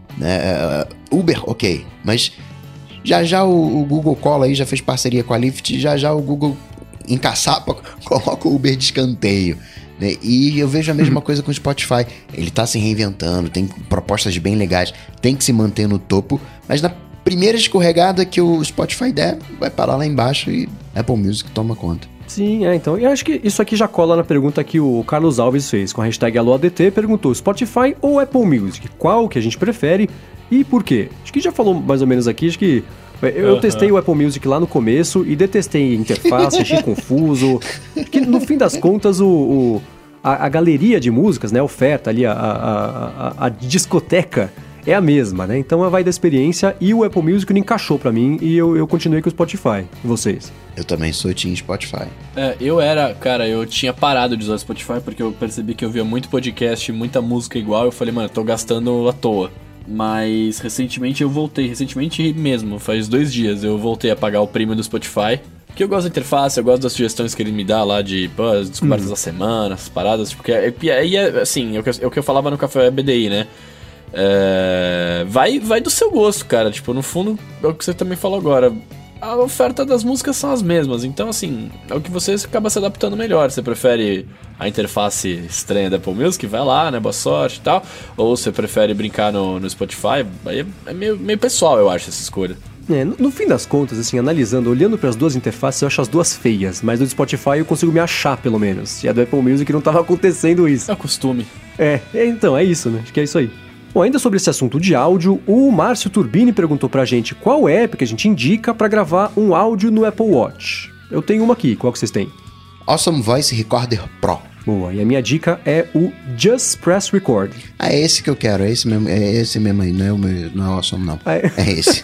né? Uber, ok, mas já já o, o Google cola aí, já fez parceria com a Lyft, já já o Google encaçapa, coloca o Uber de escanteio. Né? E eu vejo a mesma coisa com o Spotify. Ele tá se reinventando, tem propostas bem legais, tem que se manter no topo, mas na primeira escorregada que o Spotify der, vai parar lá embaixo e Apple Music toma conta. Sim, é, então, eu acho que isso aqui já cola na pergunta que o Carlos Alves fez, com a hashtag AloADT, perguntou Spotify ou Apple Music, qual que a gente prefere e por quê? Acho que já falou mais ou menos aqui, acho que eu uhum. testei o Apple Music lá no começo e detestei a interface, achei confuso, que no fim das contas o... o a, a galeria de músicas, né, a oferta ali, a, a, a, a discoteca é a mesma, né? Então vai da experiência e o Apple Music não encaixou pra mim e eu, eu continuei com o Spotify. E vocês? Eu também sou team Spotify. É, eu era, cara, eu tinha parado de usar o Spotify porque eu percebi que eu via muito podcast, muita música igual. Eu falei, mano, eu tô gastando à toa. Mas recentemente eu voltei, recentemente mesmo, faz dois dias, eu voltei a pagar o premium do Spotify. Porque eu gosto da interface, eu gosto das sugestões que ele me dá lá de pô, as descobertas hum. da semana, as paradas. Porque é, é, é assim, é o, que eu, é o que eu falava no Café B D I, né? É, vai, vai do seu gosto, cara. Tipo, no fundo, é o que você também falou agora. A oferta das músicas são as mesmas. Então, assim, é o que você acaba se adaptando melhor. Você prefere a interface estranha da Apple Music? Vai lá, né? Boa sorte e tal. Ou você prefere brincar no, no Spotify? Aí é meio, meio pessoal, eu acho, essa escolha. É, no, no fim das contas, assim, analisando, olhando para as duas interfaces, eu acho as duas feias. Mas do Spotify eu consigo me achar, pelo menos. E a do Apple Music não tava acontecendo isso. É o costume. É, é, então, é isso, né? Acho que é isso aí. Bom, ainda sobre esse assunto de áudio, o Márcio Turbini perguntou pra gente qual app que a gente indica pra gravar um áudio no Apple Watch. Eu tenho uma aqui, qual que vocês têm? Awesome Voice Recorder Pro. Boa, e a minha dica é o Just Press Record. Ah, é esse que eu quero, é esse mesmo, é esse mesmo aí, não é o meu, não é o Awesome não, ah, é? é esse.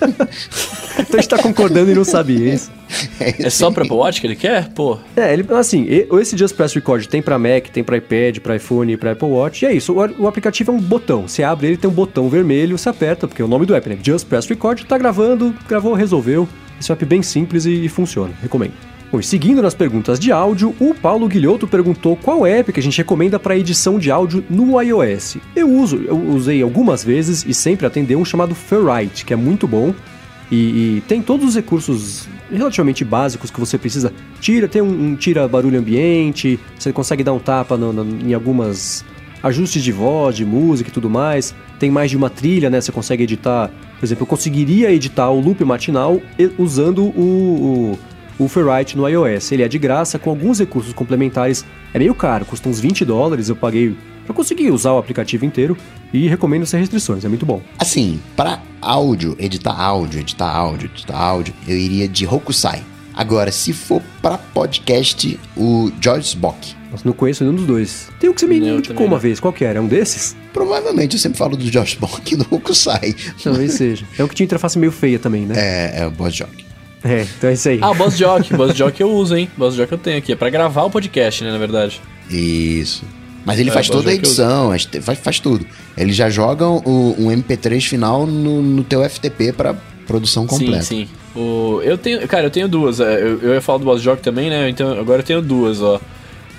Então a gente tá concordando e não sabia isso. É, é só pra Apple Watch que ele quer? Pô. É, ele, assim, esse Just Press Record tem pra Mac, tem pra iPad, pra iPhone e pra Apple Watch, e é isso, o, o aplicativo é um botão, você abre ele, tem um botão vermelho, você aperta, porque é o nome do app, né? Just Press Record, tá gravando, gravou, resolveu. Esse é um app bem simples e, e funciona, recomendo. Bom, e seguindo nas perguntas de áudio, o Paulo Guilhoto perguntou qual app que a gente recomenda para edição de áudio no iOS. Eu uso, eu usei algumas vezes e sempre atendeu um chamado Ferrite, que é muito bom e, e tem todos os recursos relativamente básicos que você precisa. Tira, tem um, um tira barulho ambiente, você consegue dar um tapa no, no, em algumas ajustes de voz, de música e tudo mais. Tem mais de uma trilha, né? Você consegue editar, por exemplo, eu conseguiria editar o loop matinal usando o... o o Ferrite no iOS. Ele é de graça, com alguns recursos complementares. É meio caro, custa uns vinte dólares, eu paguei pra conseguir usar o aplicativo inteiro e recomendo sem restrições, é muito bom. Assim, pra áudio, editar áudio, editar áudio, editar áudio, eu iria de Hokusai. Agora, se for pra podcast, o George Bock. Nossa, não conheço nenhum dos dois. Tem um que você me indicou uma vez, qual que era? É um desses? Provavelmente, eu sempre falo do George Bock e do Hokusai. Talvez seja. É um que tinha interface meio feia também, né? É, é o Boss Jock. É, então é isso aí. Ah, o Boss Jock. Boss Jock eu uso, hein? Boss Jock eu tenho aqui. É pra gravar o podcast, né, na verdade. Isso. Mas ele é, faz toda a Jock edição, faz, faz tudo. Ele já joga o, um M P três final no, no teu F T P pra produção completa. Sim, sim. O, eu tenho, cara, eu tenho duas. Eu, eu ia falar do Boss Jock também, né? Então agora eu tenho duas, ó.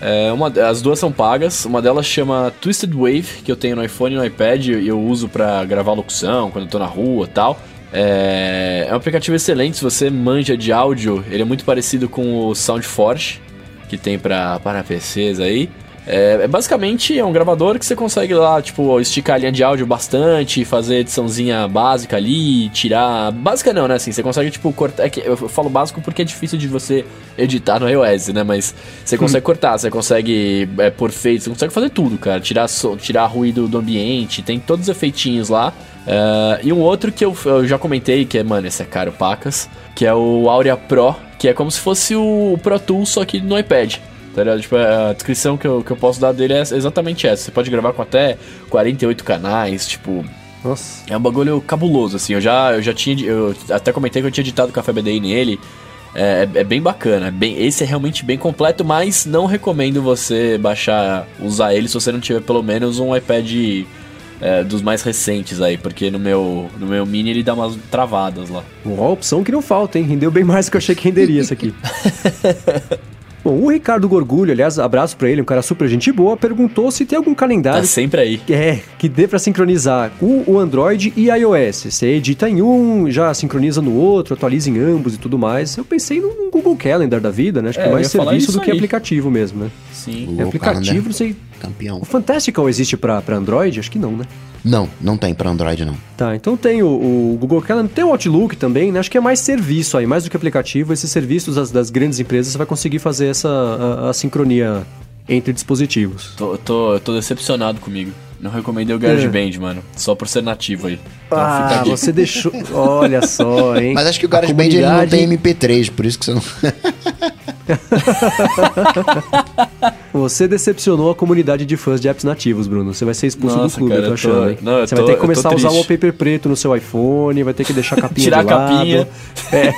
É uma, as duas são pagas, uma delas chama Twisted Wave, que eu tenho no iPhone e no iPad, e eu uso pra gravar locução, quando eu tô na rua e tal. É, é um aplicativo excelente, se você manja de áudio, ele é muito parecido com o SoundForge, que tem pra, para P Cs aí. É, é basicamente é um gravador que você consegue lá, tipo, esticar a linha de áudio bastante, fazer ediçãozinha básica ali, tirar... Básica não, né, assim, você consegue, tipo, cortar... É que eu falo básico porque é difícil de você editar no iOS, né, mas você consegue hum. cortar, você consegue é, pôr efeitos, você consegue fazer tudo, cara, tirar, som, tirar ruído do ambiente, tem todos os efeitinhos lá. Uh, e um outro que eu, eu já comentei, que é, mano, esse é caro pacas, que é o Aurea Pro, que é como se fosse o Pro Tools, só que no iPad. Tá ligado? Tipo, a descrição que eu, que eu posso dar dele é exatamente essa. Você pode gravar com até quarenta e oito canais, tipo... Nossa. É um bagulho cabuloso, assim. Eu já, eu já tinha... Eu até comentei que eu tinha editado o Café B D I nele. É, é, é bem bacana. É bem, esse é realmente bem completo, mas não recomendo você baixar, usar ele se você não tiver pelo menos um iPad é, dos mais recentes aí. Porque no meu, no meu Mini ele dá umas travadas lá. Uma opção que não falta, hein? Rendeu bem mais do que eu achei que renderia isso aqui. Bom, o Ricardo Gorgulho, aliás, abraço pra ele, um cara super gente boa, perguntou se tem algum calendário... Tá sempre aí. Que, é, que dê pra sincronizar o, o Android e iOS. Você edita em um, já sincroniza no outro, atualiza em ambos e tudo mais. Eu pensei num Google Calendar da vida, né? Acho é, que é mais serviço do que aí. aplicativo mesmo, né? Sim. Google é aplicativo, Calendar. Não sei... Campeão. O Fantastical existe pra, pra Android? Acho que não, né? Não, não tem pra Android, não. Tá, então tem o, o Google Calendar, tem o Outlook também, né? Acho que é mais serviço aí, mais do que aplicativo. Esses serviços das, das grandes empresas, você vai conseguir fazer essa a, a sincronia entre dispositivos. Tô, tô, tô decepcionado comigo. Não recomendei o GarageBand, é. mano. Só por ser nativo aí. Então, ah, você deixou... Olha só, hein? Mas acho que o GarageBand comunidade... ele não tem M P três, por isso que você não... Você decepcionou a comunidade de fãs de apps nativos, Bruno. Você vai ser expulso Nossa, do clube, cara, eu tô achando, hein? Não, eu Você tô, vai ter que começar a usar o wallpaper preto no seu iPhone, vai ter que deixar a capinha Tirar de lado. a capinha. É.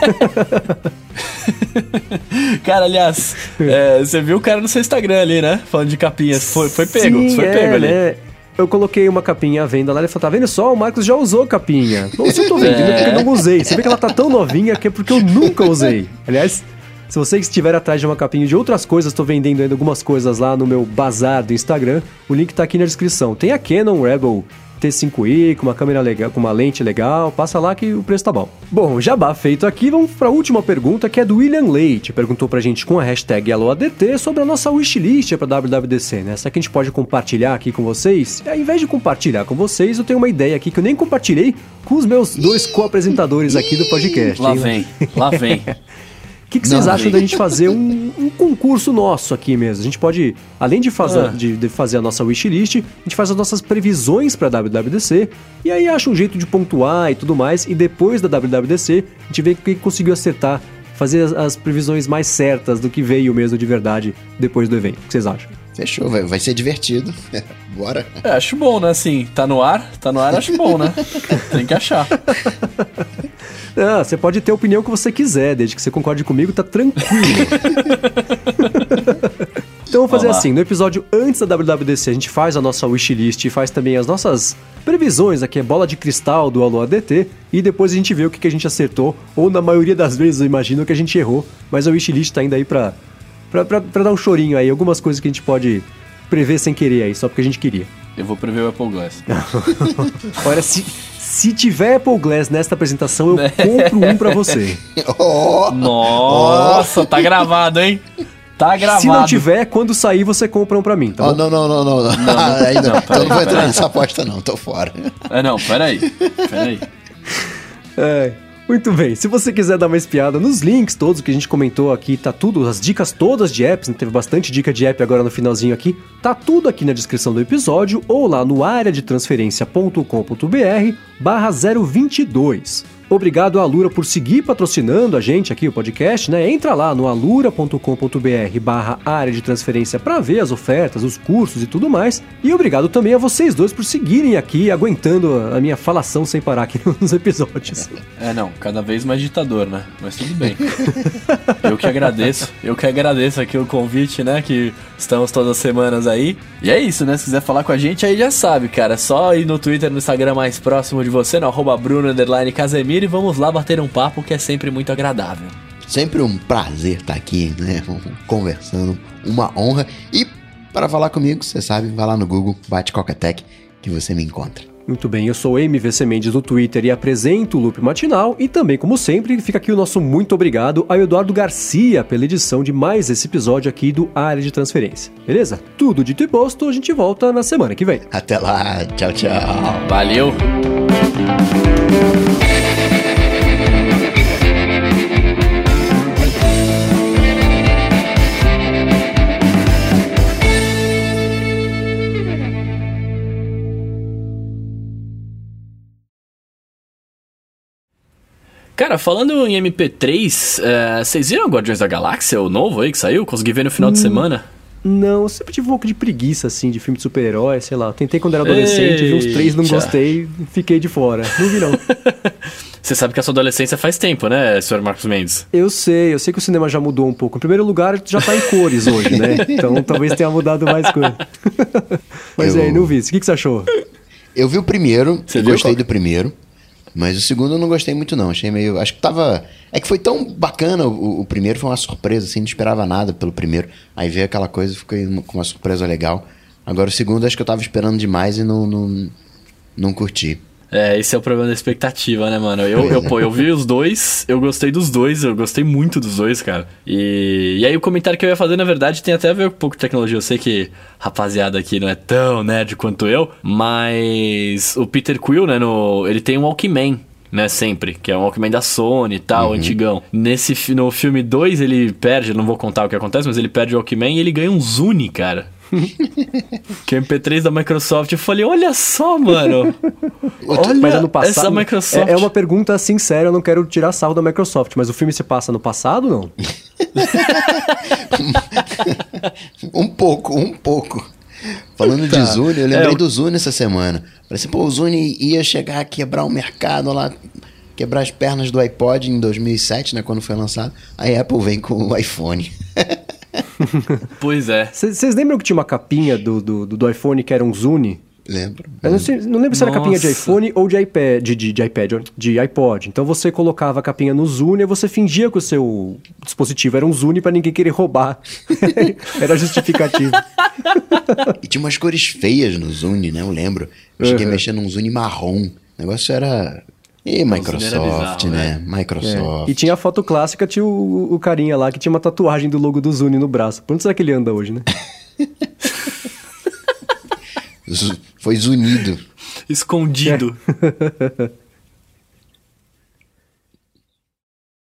Cara, aliás, é, você viu o cara no seu Instagram ali, né? Falando de capinhas. Foi, foi pego, Sim, foi é, pego ali. Né? Eu coloquei uma capinha à venda lá, ele falou, tá vendo só? O Marcos já usou capinha. Bom, se eu tô vendendo é porque eu não usei. Você vê que ela tá tão novinha que é porque eu nunca usei. Aliás... Se você estiver atrás de uma capinha de outras coisas, estou vendendo ainda algumas coisas lá no meu bazar do Instagram. O link tá aqui na descrição. Tem a Canon Rebel T cinco i com uma câmera legal, com uma lente legal. Passa lá que o preço tá bom. Bom, jabá feito aqui, vamos para a última pergunta, que é do William Leite. Perguntou pra gente com a hashtag AlôADT sobre a nossa wishlist para W W D C, né? Essa que a gente pode compartilhar aqui com vocês. E ao invés de compartilhar com vocês, eu tenho uma ideia aqui que eu nem compartilhei com os meus dois co-apresentadores aqui do podcast. Lá hein? vem, lá vem. O que, que vocês acham da gente fazer um, um concurso nosso aqui mesmo? A gente pode, além de fazer, ah. de, de fazer a nossa wishlist, a gente faz as nossas previsões para a W W D C e aí acha um jeito de pontuar e tudo mais, e depois da W W D C a gente vê quem conseguiu acertar, fazer as, as previsões mais certas do que veio mesmo de verdade depois do evento. O que vocês acham? Fechou, vai, vai ser divertido. Bora. É, acho bom, né? Assim, tá no ar, tá no ar, acho bom, né? Tem que achar. Ah, você pode ter a opinião que você quiser, desde que você concorde comigo, tá tranquilo. Então vamos fazer Olá. assim, no episódio antes da W W D C a gente faz a nossa wishlist e faz também as nossas previsões, aqui é bola de cristal do AlôADT, e depois a gente vê o que, que a gente acertou, ou na maioria das vezes eu imagino que a gente errou, mas a wishlist tá indo aí pra, pra, pra, pra dar um chorinho aí, algumas coisas que a gente pode prever sem querer aí, só porque a gente queria. Eu vou prever o Apple Glass. Olha, se, se tiver Apple Glass nesta apresentação, eu compro um pra você. Oh, Nossa, oh. Tá gravado, hein? Tá gravado. Se não tiver, quando sair, você compra um pra mim, tá oh, bom? Não, não, não, não. não. não, não. Ainda não. Então não vou entrar nessa aposta não, tô fora. É, não, peraí. Peraí. É... Muito bem, se você quiser dar uma espiada nos links todos que a gente comentou aqui, tá tudo, as dicas todas de apps, né? Teve bastante dica de app agora no finalzinho aqui, tá tudo aqui na descrição do episódio ou lá no área de transferência ponto com ponto b r barra zero vinte e dois. Obrigado à Alura por seguir patrocinando a gente aqui, o podcast, né? Entra lá no alura ponto com ponto b r barra área de transferência para ver as ofertas, os cursos e tudo mais. E obrigado também a vocês dois por seguirem aqui, aguentando a minha falação sem parar aqui nos episódios. É, não, cada vez mais ditador, né? Mas tudo bem. Eu que agradeço, eu que agradeço aqui o convite, né? Que estamos todas as semanas aí. E é isso, né? Se quiser falar com a gente, aí já sabe, cara. É só ir no Twitter, no Instagram mais próximo de você, no arroba Bruno underline Casemiro, e vamos lá bater um papo que é sempre muito agradável. Sempre um prazer estar aqui, né? Conversando, uma honra. E para falar comigo, você sabe, vai lá no Google, bate Cocatec, que você me encontra. Muito bem, eu sou M V C Mendes no Twitter e apresento o Loop Matinal. E também, como sempre, fica aqui o nosso muito obrigado ao Eduardo Garcia pela edição de mais esse episódio aqui do Área de Transferência. Beleza? Tudo dito e posto, a gente volta na semana que vem. Até lá, tchau, tchau. Valeu! Cara, falando em M P três, é, vocês viram Guardiões da Galáxia, o novo aí que saiu? Consegui ver no final hum, de semana? Não, eu sempre tive um pouco de preguiça, assim, de filme de super-herói, sei lá. Tentei quando era adolescente, vi uns três, não gostei, fiquei de fora. Não vi, não. Você sabe que a sua adolescência faz tempo, né, senhor Marcos Mendes? Eu sei, eu sei que o cinema já mudou um pouco. Em primeiro lugar, já tá em cores hoje, né? Então talvez tenha mudado mais coisa. Mas eu... aí, não vi. O que, que você achou? Eu vi o primeiro, você gostei qual? do primeiro. Mas o segundo eu não gostei muito não, achei meio... Acho que tava... É que foi tão bacana, o, o primeiro foi uma surpresa, assim, não esperava nada pelo primeiro. Aí veio aquela coisa e fiquei com uma surpresa legal. Agora o segundo acho que eu tava esperando demais e não, não, não curti. É, esse é o problema da expectativa, né, mano? Eu, eu, pô, eu vi os dois, eu gostei dos dois, eu gostei muito dos dois, cara. E, e aí o comentário que eu ia fazer, na verdade, tem até a ver com um pouco de tecnologia. Eu sei que rapaziada aqui não é tão nerd quanto eu, mas o Peter Quill, né, no, ele tem um Walkman, né, sempre, que é um Walkman da Sony e tal, uhum. Antigão. Nesse, no filme dois ele perde, não vou contar o que acontece, mas ele perde o Walkman e ele ganha um Zune, cara. Que é M P três da Microsoft. Eu falei, olha só, mano. Olha mas ano passado, essa Microsoft. É, é uma pergunta sincera, eu não quero tirar sarro da Microsoft, mas o filme se passa no passado ou não? um pouco, um pouco. Falando tá. de Zune, eu lembrei é, eu... do Zune essa semana. Falei assim, pô, o Zune ia chegar a quebrar o mercado lá, quebrar as pernas do iPod em dois mil e sete, né, quando foi lançado. Aí a Apple vem com o iPhone. Pois é. Vocês lembram que tinha uma capinha do, do, do iPhone que era um Zune? Lembro. Eu não, sei, não lembro se era capinha de iPhone ou de iPad, de, de, de iPad, de iPod. Então você colocava a capinha no Zune e você fingia que o seu dispositivo era um Zune pra ninguém querer roubar. Era justificativo. E tinha umas cores feias no Zune, né? Eu lembro. Eu cheguei uhum. a mexer num Zune marrom. O negócio era... E Microsoft, bizarro, né? né? Microsoft. É. E tinha a foto clássica, tinha o, o carinha lá que tinha uma tatuagem do logo do Zune no braço. Por onde será que ele anda hoje, né? Foi zunido. Escondido. É.